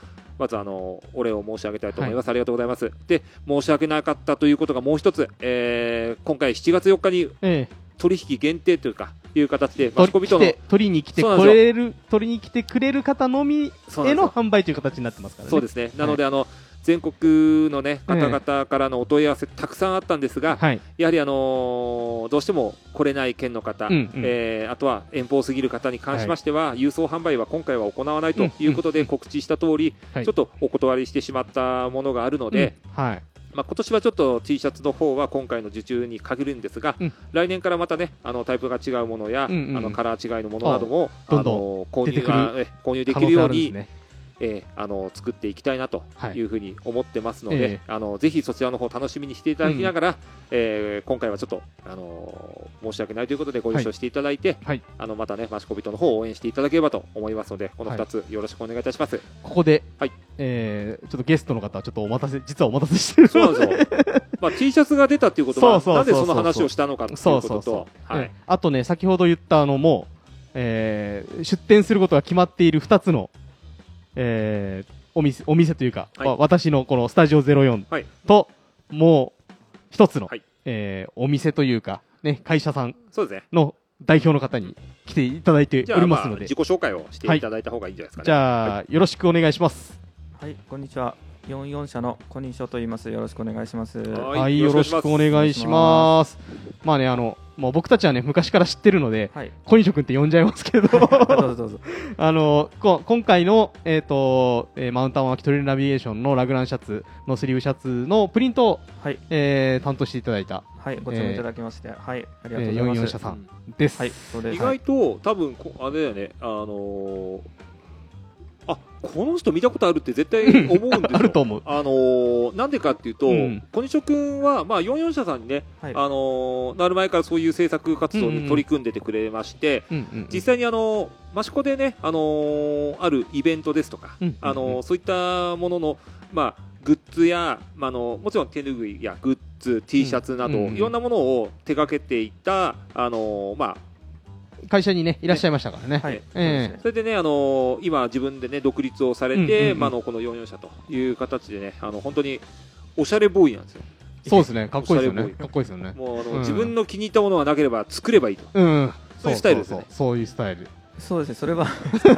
まずあのお礼を申し上げたいと思います、はい、ありがとうございます。で申し訳なかったということがもう一つ、えー、今回しちがつよっかに取引限定というかいう形でマシコビとの取りに来てくれる取りに来てくれる方のみへの販売という形になってますからね。 そうですね。なので、はい、あの全国の、ね、方々からのお問い合わせたくさんあったんですが、はい、やはり、あのー、どうしても来れない県の方、うんうん、えー、あとは遠方すぎる方に関しましては、はい、郵送販売は今回は行わないということで告知した通り、うんうん、ちょっとお断りしてしまったものがあるので、うんはい、まあ、今年はちょっと T シャツの方は今回の受注に限るんですが、うん、来年からまたねあのタイプが違うものや、うんうん、あのカラー違いのものなどもどんどん購入が購入できるように、えー、あの作っていきたいなというふうに思ってますので、はい、あのぜひそちらの方楽しみにしていただきながら、うん、えー、今回はちょっと、あのー、申し訳ないということでご一緒していただいて、はい、あのまたねマシコビトの方を応援していただければと思いますので、このふたつよろしくお願いいたします。はい、 ここで、はい、えー、ちょっとゲストの方はちょっとお待たせ実はお待たせしてる。 そうなんですよ。まあ T シャツが出たということはなぜその話をしたのかということと、 あとね先ほど言ったあのもう、えー、出店することが決まっているふたつの、えーお店, お店というか、はい、私のこのスタジオゼロよんと、はい、もう一つの、はい、えー、お店というか、ね、会社さんの代表の方に来ていただいておりますので、まあ、 自己紹介をしていただいた方がいいんじゃないですかね。 じゃあ、はい、よろしくお願いします。 はい、こんにちは。よんじゅうよん社の小西翔と言います。よろしくお願いします。 はい、よろしくお願いします。まあね、あのもう僕たちはね昔から知ってるので、はい、小西翔くんって呼んじゃいますけど、どうぞどうぞ。あのこ今回のえっ、ー、と、えー、マウンタンワーキトレイルナビゲーションのラグランシャツのスリーブシャツのプリントを、はい、えー、担当していただいた、 はい、ご注文いただきまして、えー、はい、ありがとうございます。よんじゅうよん社さんです。 はい、そうです。 意外と多分あれだよね、あのー。あ、この人見たことあるって絶対思うんですよ。 あると思う。 あのー、なんでかっていうと、うん、小西君は、まあ、よんじゅうよん社さんにね、はい、あのー、なる前からそういう制作活動に取り組んでてくれまして、うんうん、実際にあのー、益子でね、あのー、あるイベントですとか、うんうんうん、あのー、そういったものの、まあ、グッズや、まあ、あのもちろん手ぬぐいやグッズ、T シャツなど、うんうんうん、いろんなものを手掛けていた、あのー、まあ会社にねいらっしゃいましたからね。はい、 えー、それでね、あのー、今自分でね独立をされて、うんうんうん、まあ、のこのよんじゅうよん社という形でね、あの本当におしゃれボーイなんですよ。 そうですね、かっこいいですよね。かっこいいですよね。 もうあの、うん、自分の気に入ったものがなければ作ればいいと。うん、そういうスタイルですね。 そうそうそう、そういうスタイル。 そうですね、それは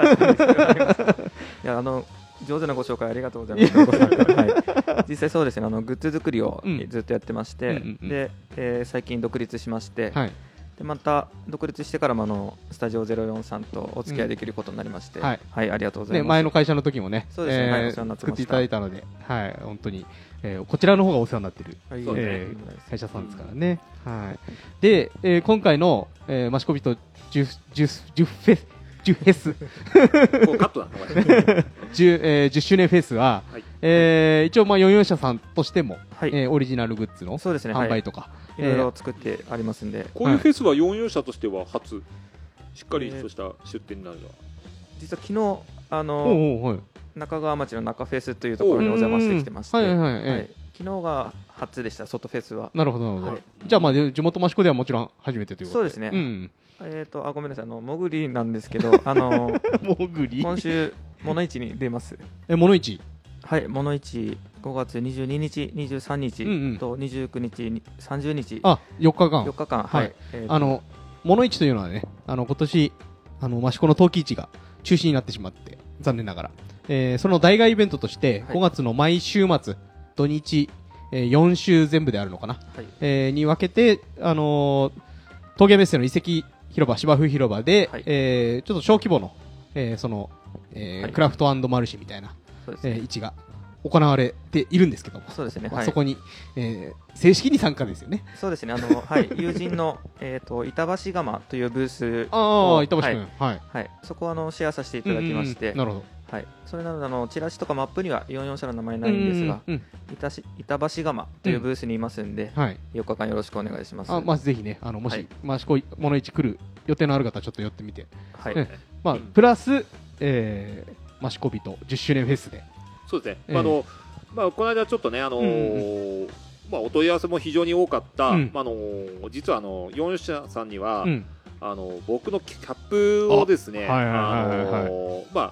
いや、あの上手なご紹介ありがとうございます。はい、実際そうですね、あのグッズ作りをずっとやってまして、うんうんうん、で、えー、最近独立しまして。はい、でまた独立してからもあのスタジオゼロよんさんとお付き合いできることになりまして、うん、はい、はい、ありがとうございます。 ね、前の会社の時もね、 そうですね、 えーはい、お世話になってました。作っていただいたので、はい、本当に、えー、こちらの方がお世話になっている、はい、えー、会社さんですからね。うん、はい。で、えー、今回の、えー、マシコビトじゅうフェスじゅうフェスもうカットだこれ 10, えー、じゅっしゅうねんフェスは、はい、えー、一応まあよんじゅうよん社さんとしても、はい、えー、オリジナルグッズの販売とか、 いろいろ作ってありますんで、 こういうフェスはよんじゅうよん社としては初、しっかりとした出店になるのは、 えー、実は昨日あのおうおう、はい、中川町の中フェスというところにお邪魔してきてまして、はいはいはいはい、昨日が初でした、外フェスは。 なるほどなるほど、はい、じゃあまあ地元益子ではもちろん初めてということで。 そうですね、うん、えー、とあごめんなさい、あのもぐりなんですけど、あのもぐり今週モノイチに出ます。 えモノイチ、 はい、モノイチごがつにじゅうににち、にじゅうさんにちとにじゅうくにち、さんじゅうにち、 あよっかかんよっかかん、はい、 えー、あのモノイチというのはね、あの今年あの益子の陶器市が中止になってしまって残念ながら、えー、その代替イベントとしてごがつの毎週末土日、えー、よん週全部であるのかな、はい、えー、に分けて、あのー、陶芸メッセの遺跡広場、芝生広場で、はい、えー、ちょっと小規模の、えー、その、えーはい、クラフト&マルシェみたいな、そうですね、えー、市が行われているんですけども、 そうですね、 まあ、そこに、えー、正式に参加ですよね。 そうですね、あのはい、友人のえっと板橋窯というブースを、ああ板橋君、はい、 はい、そこをあのシェアさせていただきまして、 なるほど。 はい、それなのであのチラシとかマップにはよんじゅうよん社の名前ないんですが、うんうん、板し板橋窯というブースにいますんで、うん、はい、よっかかんよろしくお願いします。 あ、まあ、ぜひね、あのもし、はい、益子モノイチ来る予定のある方はちょっと寄ってみて、はい、ね、まあ、プラス、えー、益子人じゅっしゅうねんフェスで、 そうですね、えー、まああのまあ、この間ちょっとね、あのーうん、まあ、お問い合わせも非常に多かった、うん、まあ、あのー、実はあのよんじゅうよん社さんには、うん、あの僕のキャップをですね、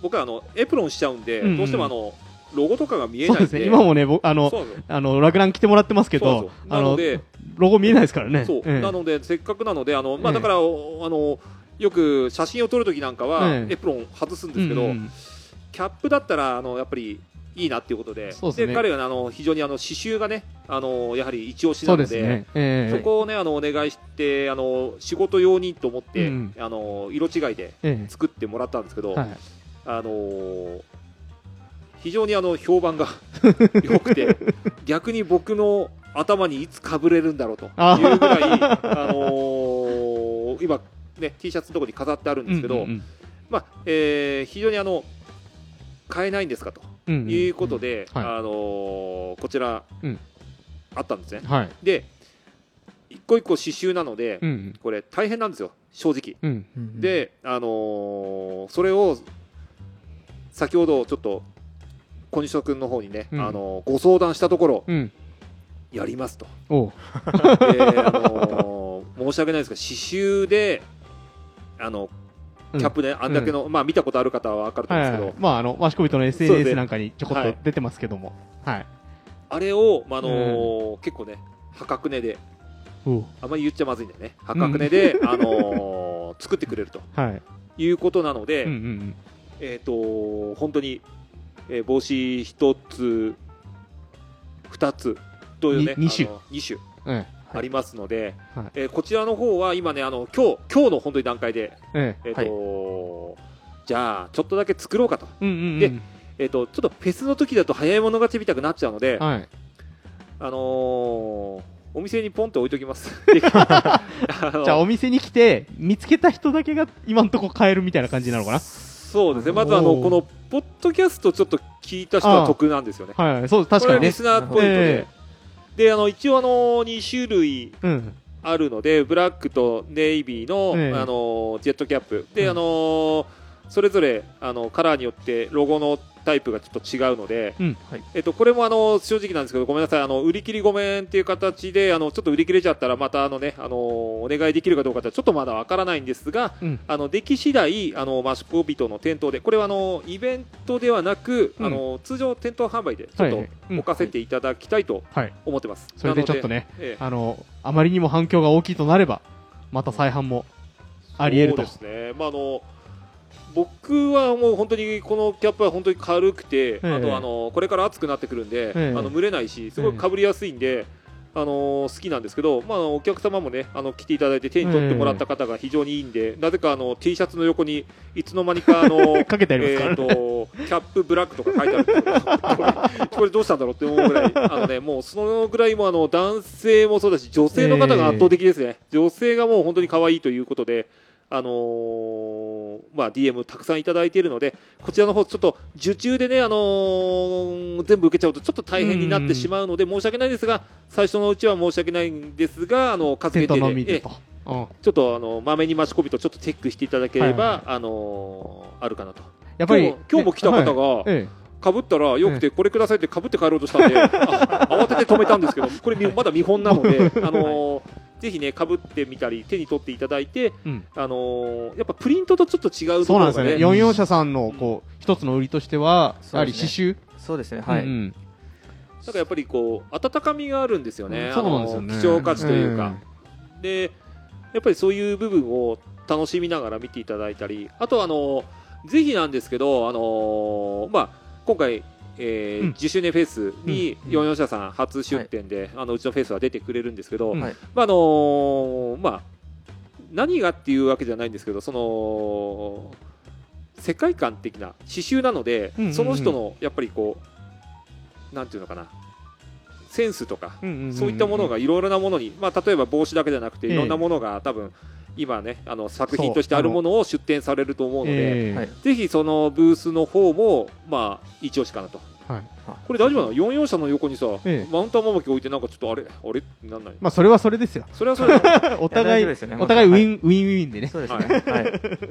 僕はあのエプロンしちゃうんで、うんうん、どうしてもあのロゴとかが見えないんで。そうですね。 今もね、僕あのあのラグラン着てもらってますけど、 なのでロゴ見えないですからね。 そう、ええ、なのでせっかくなのであのまあだから、ええ、あのよく写真を撮るときなんかは、ええ、エプロン外すんですけど、うんうん、キャップだったらあのやっぱりいいなっていうことで、で、ね、彼はあの非常にあの刺繍がねあのやはり一押しなので、 そ, ね、えー、そこをねあのお願いしてあの仕事用にと思って、うん、あの色違いで作ってもらったんですけど、えーはい、あの非常にあの評判が良くて逆に僕の頭にいつかぶれるんだろうというぐらいあのー、今ね T シャツのところに飾ってあるんですけど、うんうんうん、まあえー、非常にあの買えないんですかということで、うんうんうん、あのー、こちら、うん、あったんですね、はい、で一個一個刺繍なので、うんうん、これ大変なんですよ正直、うんうん、で、あのー、それを先ほどちょっと小西君の方にね、うん、あのご相談したところ、うん、やりますとおで、あのー、申し訳ないですが刺繍であのキャップね、うん、あんだけの、まあ見たことある方は分かると思うんですけど、はいはい、 まああのマシコビトの エスエヌエス なんかにちょこっと出てますけども、はい、 あれを、まああのーうん、結構ね破格値であんまり言っちゃまずいんだよね破格値で、うん、あのー、作ってくれると、はい、いうことなので、うんうんうん、えっ、ー、と本当にえー、帽子一つ二つというねに種に種ありますので、はい、えー、こちらの方は今ねあの今日今日の本当に段階で、えーえーとはい、じゃあちょっとだけ作ろうかと、うんうんうん、で、えーと、ちょっとフェスの時だと早い者勝ちみたくなっちゃうので、はい、あのー、お店にポンと置いときますじゃあお店に来て見つけた人だけが今のところ買えるみたいな感じなのかな。 そうですね。まずあのこのポッドキャストちょっと聞いた人は得なんですよね。 はい、そう確かにね。 リスナーポイントで、えー、であの一応あのに種類あるので、うん、ブラックとネイビーの、えー、あのジェットキャップで、うん、あのそれぞれあのカラーによってロゴのタイプがちょっと違うので、うんはい、えっとこれもあの正直なんですけどごめんなさいあの売り切りごめんっていう形であのちょっと売り切れちゃったらまたあのねあのお願いできるかどうかってちょっとまだわからないんですが、うん、あの出来次第あのマシコビトの店頭でこれはあのイベントではなく、うん、あの通常店頭販売でちょっと置かせていただきたいと思ってます。 はいはいうんはい、それでちょっとね、ええ、あのあまりにも反響が大きいとなればまた再販もあり得ると。 そうですね。まああの僕はもう本当にこのキャップは本当に軽くて、ええ、あとあのこれから暑くなってくるんで、ええ、あの蒸れないしすごいかぶりやすいんで、ええ、あの好きなんですけど、まあ、お客様もねあの来ていただいて手に取ってもらった方が非常にいいんで、ええ、なぜかあの T シャツの横にいつの間にかあのかけてありますからね、 えー、とキャップブラックとか書いてあるんですけどこれ、これどうしたんだろうって思うぐらいあの、ね、もうそのぐらいもあの男性もそうだし女性の方が圧倒的ですね、ええ、女性がもう本当に可愛いということで。あのーまあ、ディーエム たくさんいただいているのでこちらの方ちょっと受注でね、あのー、全部受けちゃうとちょっと大変になってしまうので申し訳ないですが最初のうちは申し訳ないんですがあの数限定で、ええ、ちょっとあのまめにマシコビトちょっとチェックしていただければ、はいはい、あのー、あるかなと。やっぱり今日も、今日も来た方が、はいええかぶったらよくてこれくださいってかぶって帰ろうとしたんで、あ慌てて止めたんですけどこれまだ見本なので、あのー、ぜひねかぶってみたり手に取っていただいて、うん、あのー、やっぱプリントとちょっと違うところがね。そうなんですね。よんじゅうよん社さんのこう一つの売りとしてはやはり刺繍。 そうですね。はい。うん、 なんかやっぱりこう温かみがあるんですよね。そうなんですよね。希少価値というか、うん、でやっぱりそういう部分を楽しみながら見ていただいたり、あとあのー、ぜひなんですけどあのー、まあ今回、えーうん、じゅっしゅうねんフェスによんじゅうよん社さん初出店で、はい、あのうちのフェスは出てくれるんですけど、はい、まああのー、まあ何がっていうわけじゃないんですけどその世界観的な刺繍なので、うんうんうん、その人のやっぱりこうなんていうのかなセンスとか、うんうんうんうん、そういったものがいろいろなものに、まあ、例えば帽子だけじゃなくていろんなものが多分今ねあの作品としてあるものを出展されると思うので、えー、ぜひそのブースの方もまあ一押しかなと、はい、これ大丈夫なのよんじゅうよん社の横にさ、えー、マウンターママキ置いてなんかちょっとあれあれなんない。 まあそれはそれですよ。 それはそれお互い、ね、お互いウィン、はい、ウィンウィンでね。 そうですね。はい。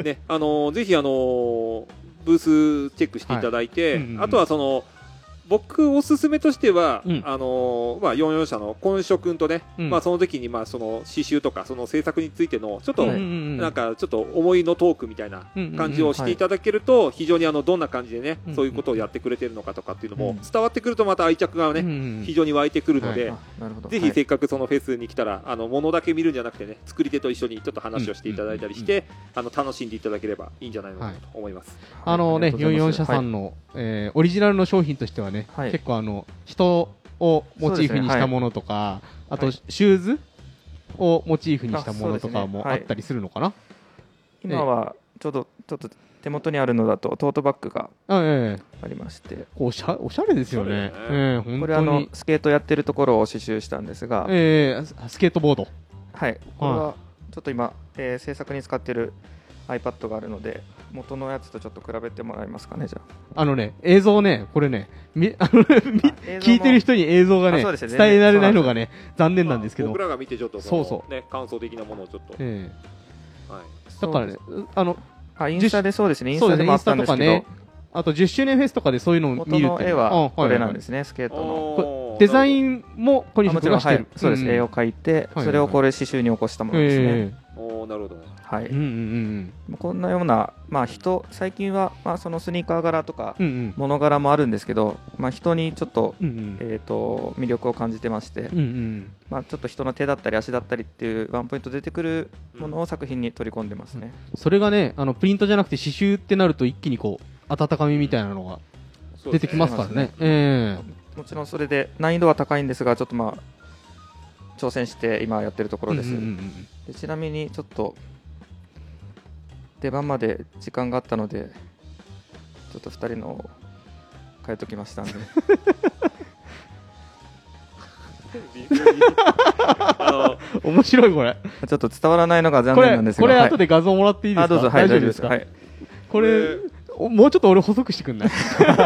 ねあのー、ぜひあのー、ブースチェックしていただいて、はいうんうん、あとはその僕おすすめとしては、うん、あのー、まあよんじゅうよん社の今所君とね、うん、まあその時にまあその刺繍とかその制作についてのちょっとなんかちょっと思いのトークみたいな感じをしていただけると非常にあのどんな感じでねそういうことをやってくれてるのかとかっていうのも伝わってくるとまた愛着がね非常に湧いてくるので、ぜひせっかくそのフェスに来たらあのものだけ見るんじゃなくてね作り手と一緒にちょっと話をしていただいたりしてあの楽しんでいただければいいんじゃないのかなと思います。 あのねよんじゅうよん社さんのえオリジナルの商品としてはね結構あの人をモチーフにしたものとか、ねはい、あと、はい、シューズをモチーフにしたものとかもあったりするのかな、ねはい、 今はちょうどちょっと手元にあるのだとトートバッグがありまして、ええ、 おしゃ、おしゃれですよね、 ええ、これあのスケートやってるところを刺繍したんですが、 ええ、スケートボードはいこれはちょっと今、えー、制作に使ってる iPad があるので元のやつとちょっと比べてもらえますかね。じゃああのね映像ねこれねみあの聞いてる人に映像がね、ね、伝えられないのがね残念なんですけど、 まあ、僕らが見てちょっとそうそうね感想的なものをちょっと、えーはい、だからねあのあインスタでそうですねインスタでもあったんですけど、ね、 あとじゅっしゅうねんフェスとかでそういうのを見るって元の絵はこれなんですね、はいはい、スケートのデザインも小西君がしてる、はい、 そうです、うん、絵を描いてそれをこれ刺繍に起こしたものですね、えー、おなるほどねはい、うんうんうん、こんなような、まあ、人最近は、まあ、そのスニーカー柄とか、うんうん、物柄もあるんですけど、まあ、人にちょっと、うんうん、えー、と魅力を感じてまして、うんうんまあ、ちょっと人の手だったり足だったりっていうワンポイント出てくるものを作品に取り込んでますね、 うん、それがねあのプリントじゃなくて刺繍ってなると一気にこう温かみみたいなのが出てきますからね、ねえー、もちろんそれで難易度は高いんですがちょっとまあ挑戦して今やってるところです、うんうんうん、でちなみにちょっと出番まで時間があったのでちょっとふたりのを変えときましたんであの面白いこれちょっと伝わらないのが残念なんですがこれ、これ後で画像もらっていいですか。あどうぞ、はい、大丈夫ですか、はい、これもうちょっと俺細くしてくんない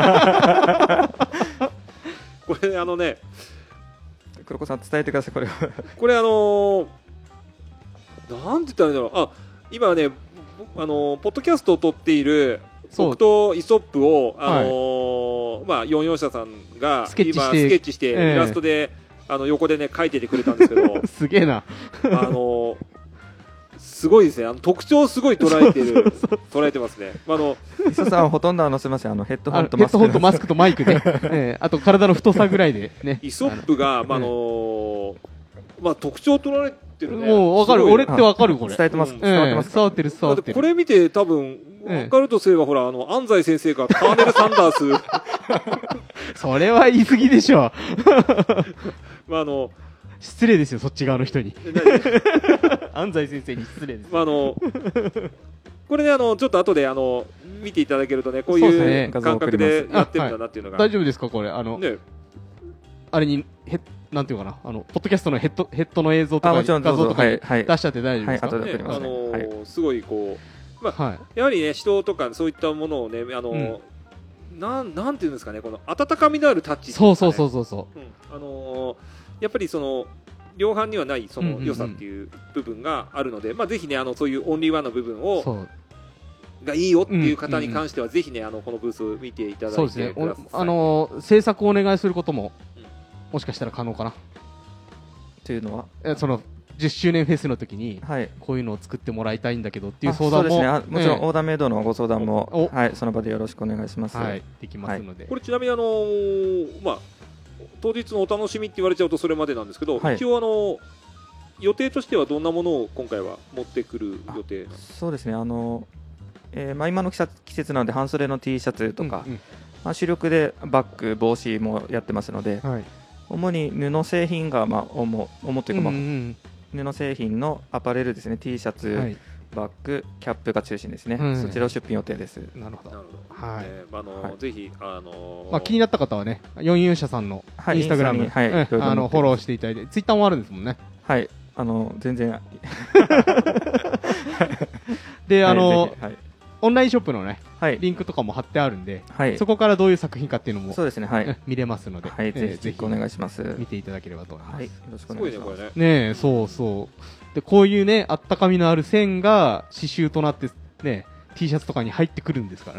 これあのね黒子さん伝えてくださいこれこれあのー、なんて言ったらいいんだろうあ今ねあのポッドキャストを撮っている僕とイソップを、あのーはいまあ、よんじゅうよん社さんがスケッチして、 今スケッチしてイラストで、えー、あの横でね描いててくれたんですけどすげえなあのー、すごいですねあの特徴をすごい捉えてる捉えてますね、まあ、あのイソさんはほとんどあのすみませんあのヘッドホンとマスクヘッドホンとマスクとマイクで、えー、あと体の太さぐらいでねイソップが、まああのーまあ、特徴を取られてるねもう分かる俺って分かるこれ伝えてます、うん、 伝わってます伝わってる伝わってるこれ見て多分分かるとすれば、ええ、ほらあの安西先生がカーネル・サンダースそれは言い過ぎでしょまああの失礼ですよそっち側の人に安西先生に失礼です、 まあ、あのこれねあのちょっと後であの見ていただけるとねこういう感覚でやってるんだなっていうのが、 はい、大丈夫ですかこれあの、ね、あれにへなんていうかなあのポッドキャストのヘッドヘッドの映像とか画像とか出しちゃって大丈夫ですか、 はいはいねあのーはい、すごいこう、まあはい、やはりね人とかそういったものをねあのーうん、なんなんていうんですかねこの温かみのあるタッチ、ね、 そうそうそうそうそう、 うん、あのー、やっぱりその量販にはないその良さっていう部分があるので、うんうんうん、まあぜひねあのそういうオンリーワンの部分をがいいよっていう方に関しては、うんうん、ぜひねあのこのブースを見ていただいてそうですねあのー、制作をお願いすることも、うん、もしかしたら可能かなというのはえそのじゅっしゅうねんフェスの時に、はい、こういうのを作ってもらいたいんだけどっていう相談も、そうですね、もちろんオーダーメイドのご相談も、はい、その場でよろしくお願いします、 はい、できますので、はい、 これちなみにあのー、まあ当日のお楽しみって言われちゃうとそれまでなんですけど、はい、一応あの予定としてはどんなものを今回は持ってくる予定なんですか。 そうですねあの、えーまあ、今の季節なので半袖の T シャツとか、うんうんまあ、主力でバッグ帽子もやってますので、はい、主に布製品が、まあ、主主というか、まあうんうん、布製品のアパレルですね T シャツ、はい、バッグキャップが中心ですね、うん、そちらを出品予定です。 なるほど、 はい、えー、あのーはい、ぜひ、あのーまあ、気になった方はねよんじゅうよん社さんのインスタグラム、はいはい、あのフォローしていただいてツイッターもあるんですもんね。 はいあの全然であのーはい、オンラインショップのね、はい、リンクとかも貼ってあるんで、はい、そこからどういう作品かっていうのもそうですね、はい、 見れますので、 はい、ぜひぜひお願いします。 見ていただければと思います。はい、よろしくお願いします。 ね、 ねえそうそうでこういうねあったかみのある線が刺繍となってね T シャツとかに入ってくるんですからね。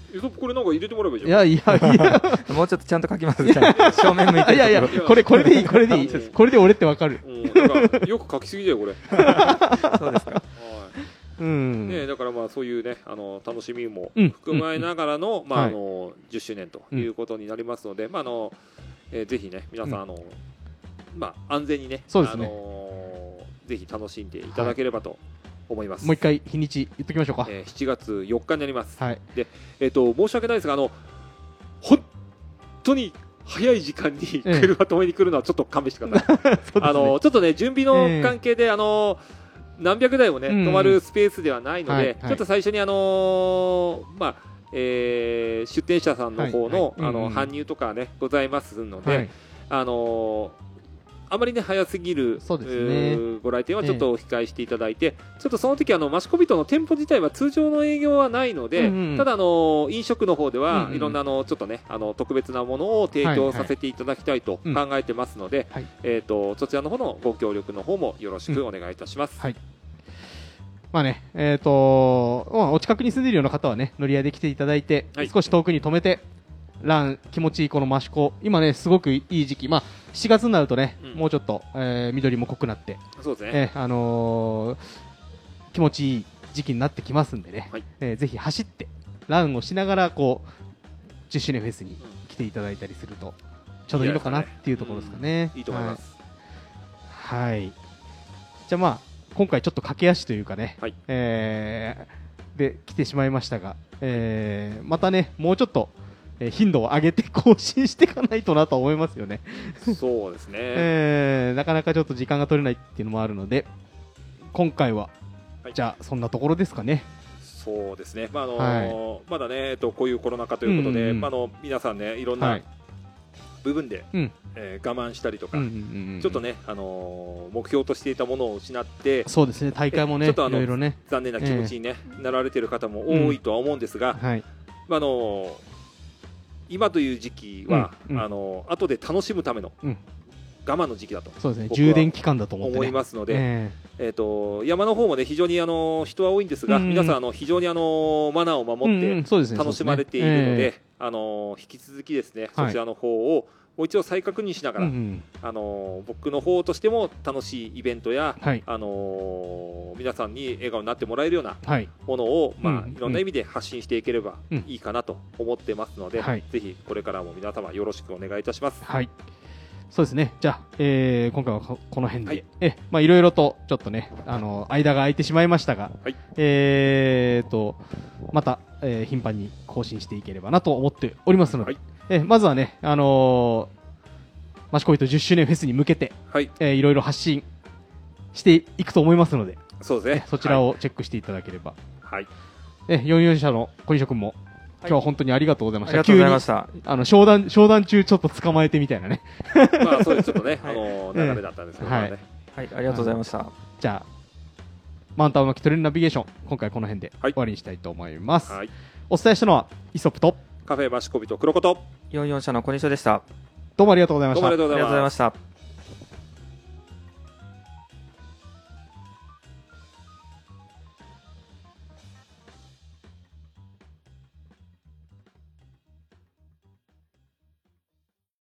これなんか入れてもらえばいいじゃん。 いやいやいやもうちょっとちゃんと書きます。正面向いて。 いやいやこれこれでいいこれでいい。これで俺ってわかる。 なんかよく書きすぎだよこれ。 そうですか。 うんね、だからまあそういうねあの楽しみも含まれながらの、うん、まああのじゅっしゅうねんということになりますので、うん、まああの、えー、ぜひね皆さん、うん、あのまあ安全にね、 そうですね、 あのー、ぜひ楽しんでいただければと思います。はい、 もう一回日にち言っときましょうか。 えー、しちがつよっかになります。 はい、 でえっ、ー、と申し訳ないですがあの本当に早い時間に車止めに来るのはちょっと勘弁してください。ええ、あのちょっとね準備の関係で、えー、あの何百台もね、うん、止まるスペースではないので、はいはい、ちょっと最初にあのー、まあ、えー、出店者さんの方の、はいはい、あの、うん、搬入とかねございますので、はい、あのー、あまりね早すぎる、 そうですね、 ご来店はちょっとお控えしていただいて、ええ、ちょっとその時あのマシコビトの店舗自体は通常の営業はないので、うんうん、ただあの飲食の方では、うんうん、いろんなあのちょっとねあの特別なものを提供させていただきたいと考えてますので、はいはい、えーと、そちらの方のご協力の方もよろしくお願いいたします。 うん、はい、まあねえーとまあ、お近くに住んでいるような方はね乗り合いで来ていただいて、はい、少し遠くに止めてラン気持ちいいこの益子今ねすごくいい時期、まあ、しちがつになるとね、うん、もうちょっと、えー、緑も濃くなってそうですね、 えーあのー、気持ちいい時期になってきますんでね、はい、えー、ぜひ走ってランをしながらこうじゅっしゅうねんフェスに来ていただいたりするとちょうどいいのかなっていうところですかね。 いいと思います。 はい、はい、じゃあまあ今回ちょっと駆け足というかね、はい、えー、で来てしまいましたが、えー、またねもうちょっとえー、頻度を上げて更新していかないとなと思いますよね。 そうですね、 えー、なかなかちょっと時間が取れないっていうのもあるので今回は、はい、じゃあそんなところですかね。 そうですね、まああのーはい、まだね、えっと、こういうコロナ禍ということで、うんうん、まあ、あの皆さんねいろんな部分で、はい、えー、我慢したりとか、うんうんうんうん、ちょっとね、あのー、目標としていたものを失ってそうですね大会もねちょっとあのいろいろね残念な気持ちに、ね、えー、なられている方も多いとは思うんですが、うん、はい、まああのー今という時期は、うんうん、あの後で楽しむための我慢の時期だと、 そうですね、充電期間だと思って、ね、 思いますので、えーえー、と山の方もね非常にあの人は多いんですが、うんうん、皆さんあの非常にあのマナーを守って楽しまれているので、あの引き続きですね、はい、そちらの方をもう一度再確認しながら、うんうん、あの僕の方としても楽しいイベントや、はい、あの皆さんに笑顔になってもらえるようなものを、はい、まあうんうん、いろんな意味で発信していければいいかなと思ってますので、うん、ぜひこれからも皆様よろしくお願いいたします。 はい、そうですね。じゃあ、えー、今回はこの辺で、はい、え、まあいろいろとちょっとね、あの間が空いてしまいましたが、はい、えーとまた、えー、頻繁に更新していければなと思っておりますので、はい、えまずはね、あのー、益子糸じゅっしゅうねんフェスに向けて、はい、えー、いろいろ発信していくと思いますので、 そうですね、 そちらをチェックしていただければ。 はい。 え、よんじゅうよん社の小西君も今日は本当にありがとうございました。 ありがとうございました。 あの商談商談中ちょっと捕まえてみたいなね。 まあそうですちょっとね、あの流れだったんですけどね。はい、 はい、ありがとうございました。 じゃあマウンターうまきトレイルナビゲーション今回この辺で終わりにしたいと思います。はい、お伝えしたのはイソップとカフェマシコビと黒子とよんじゅうよん社の小西でした。 どうもありがとうございました。 どうもありがとうございました。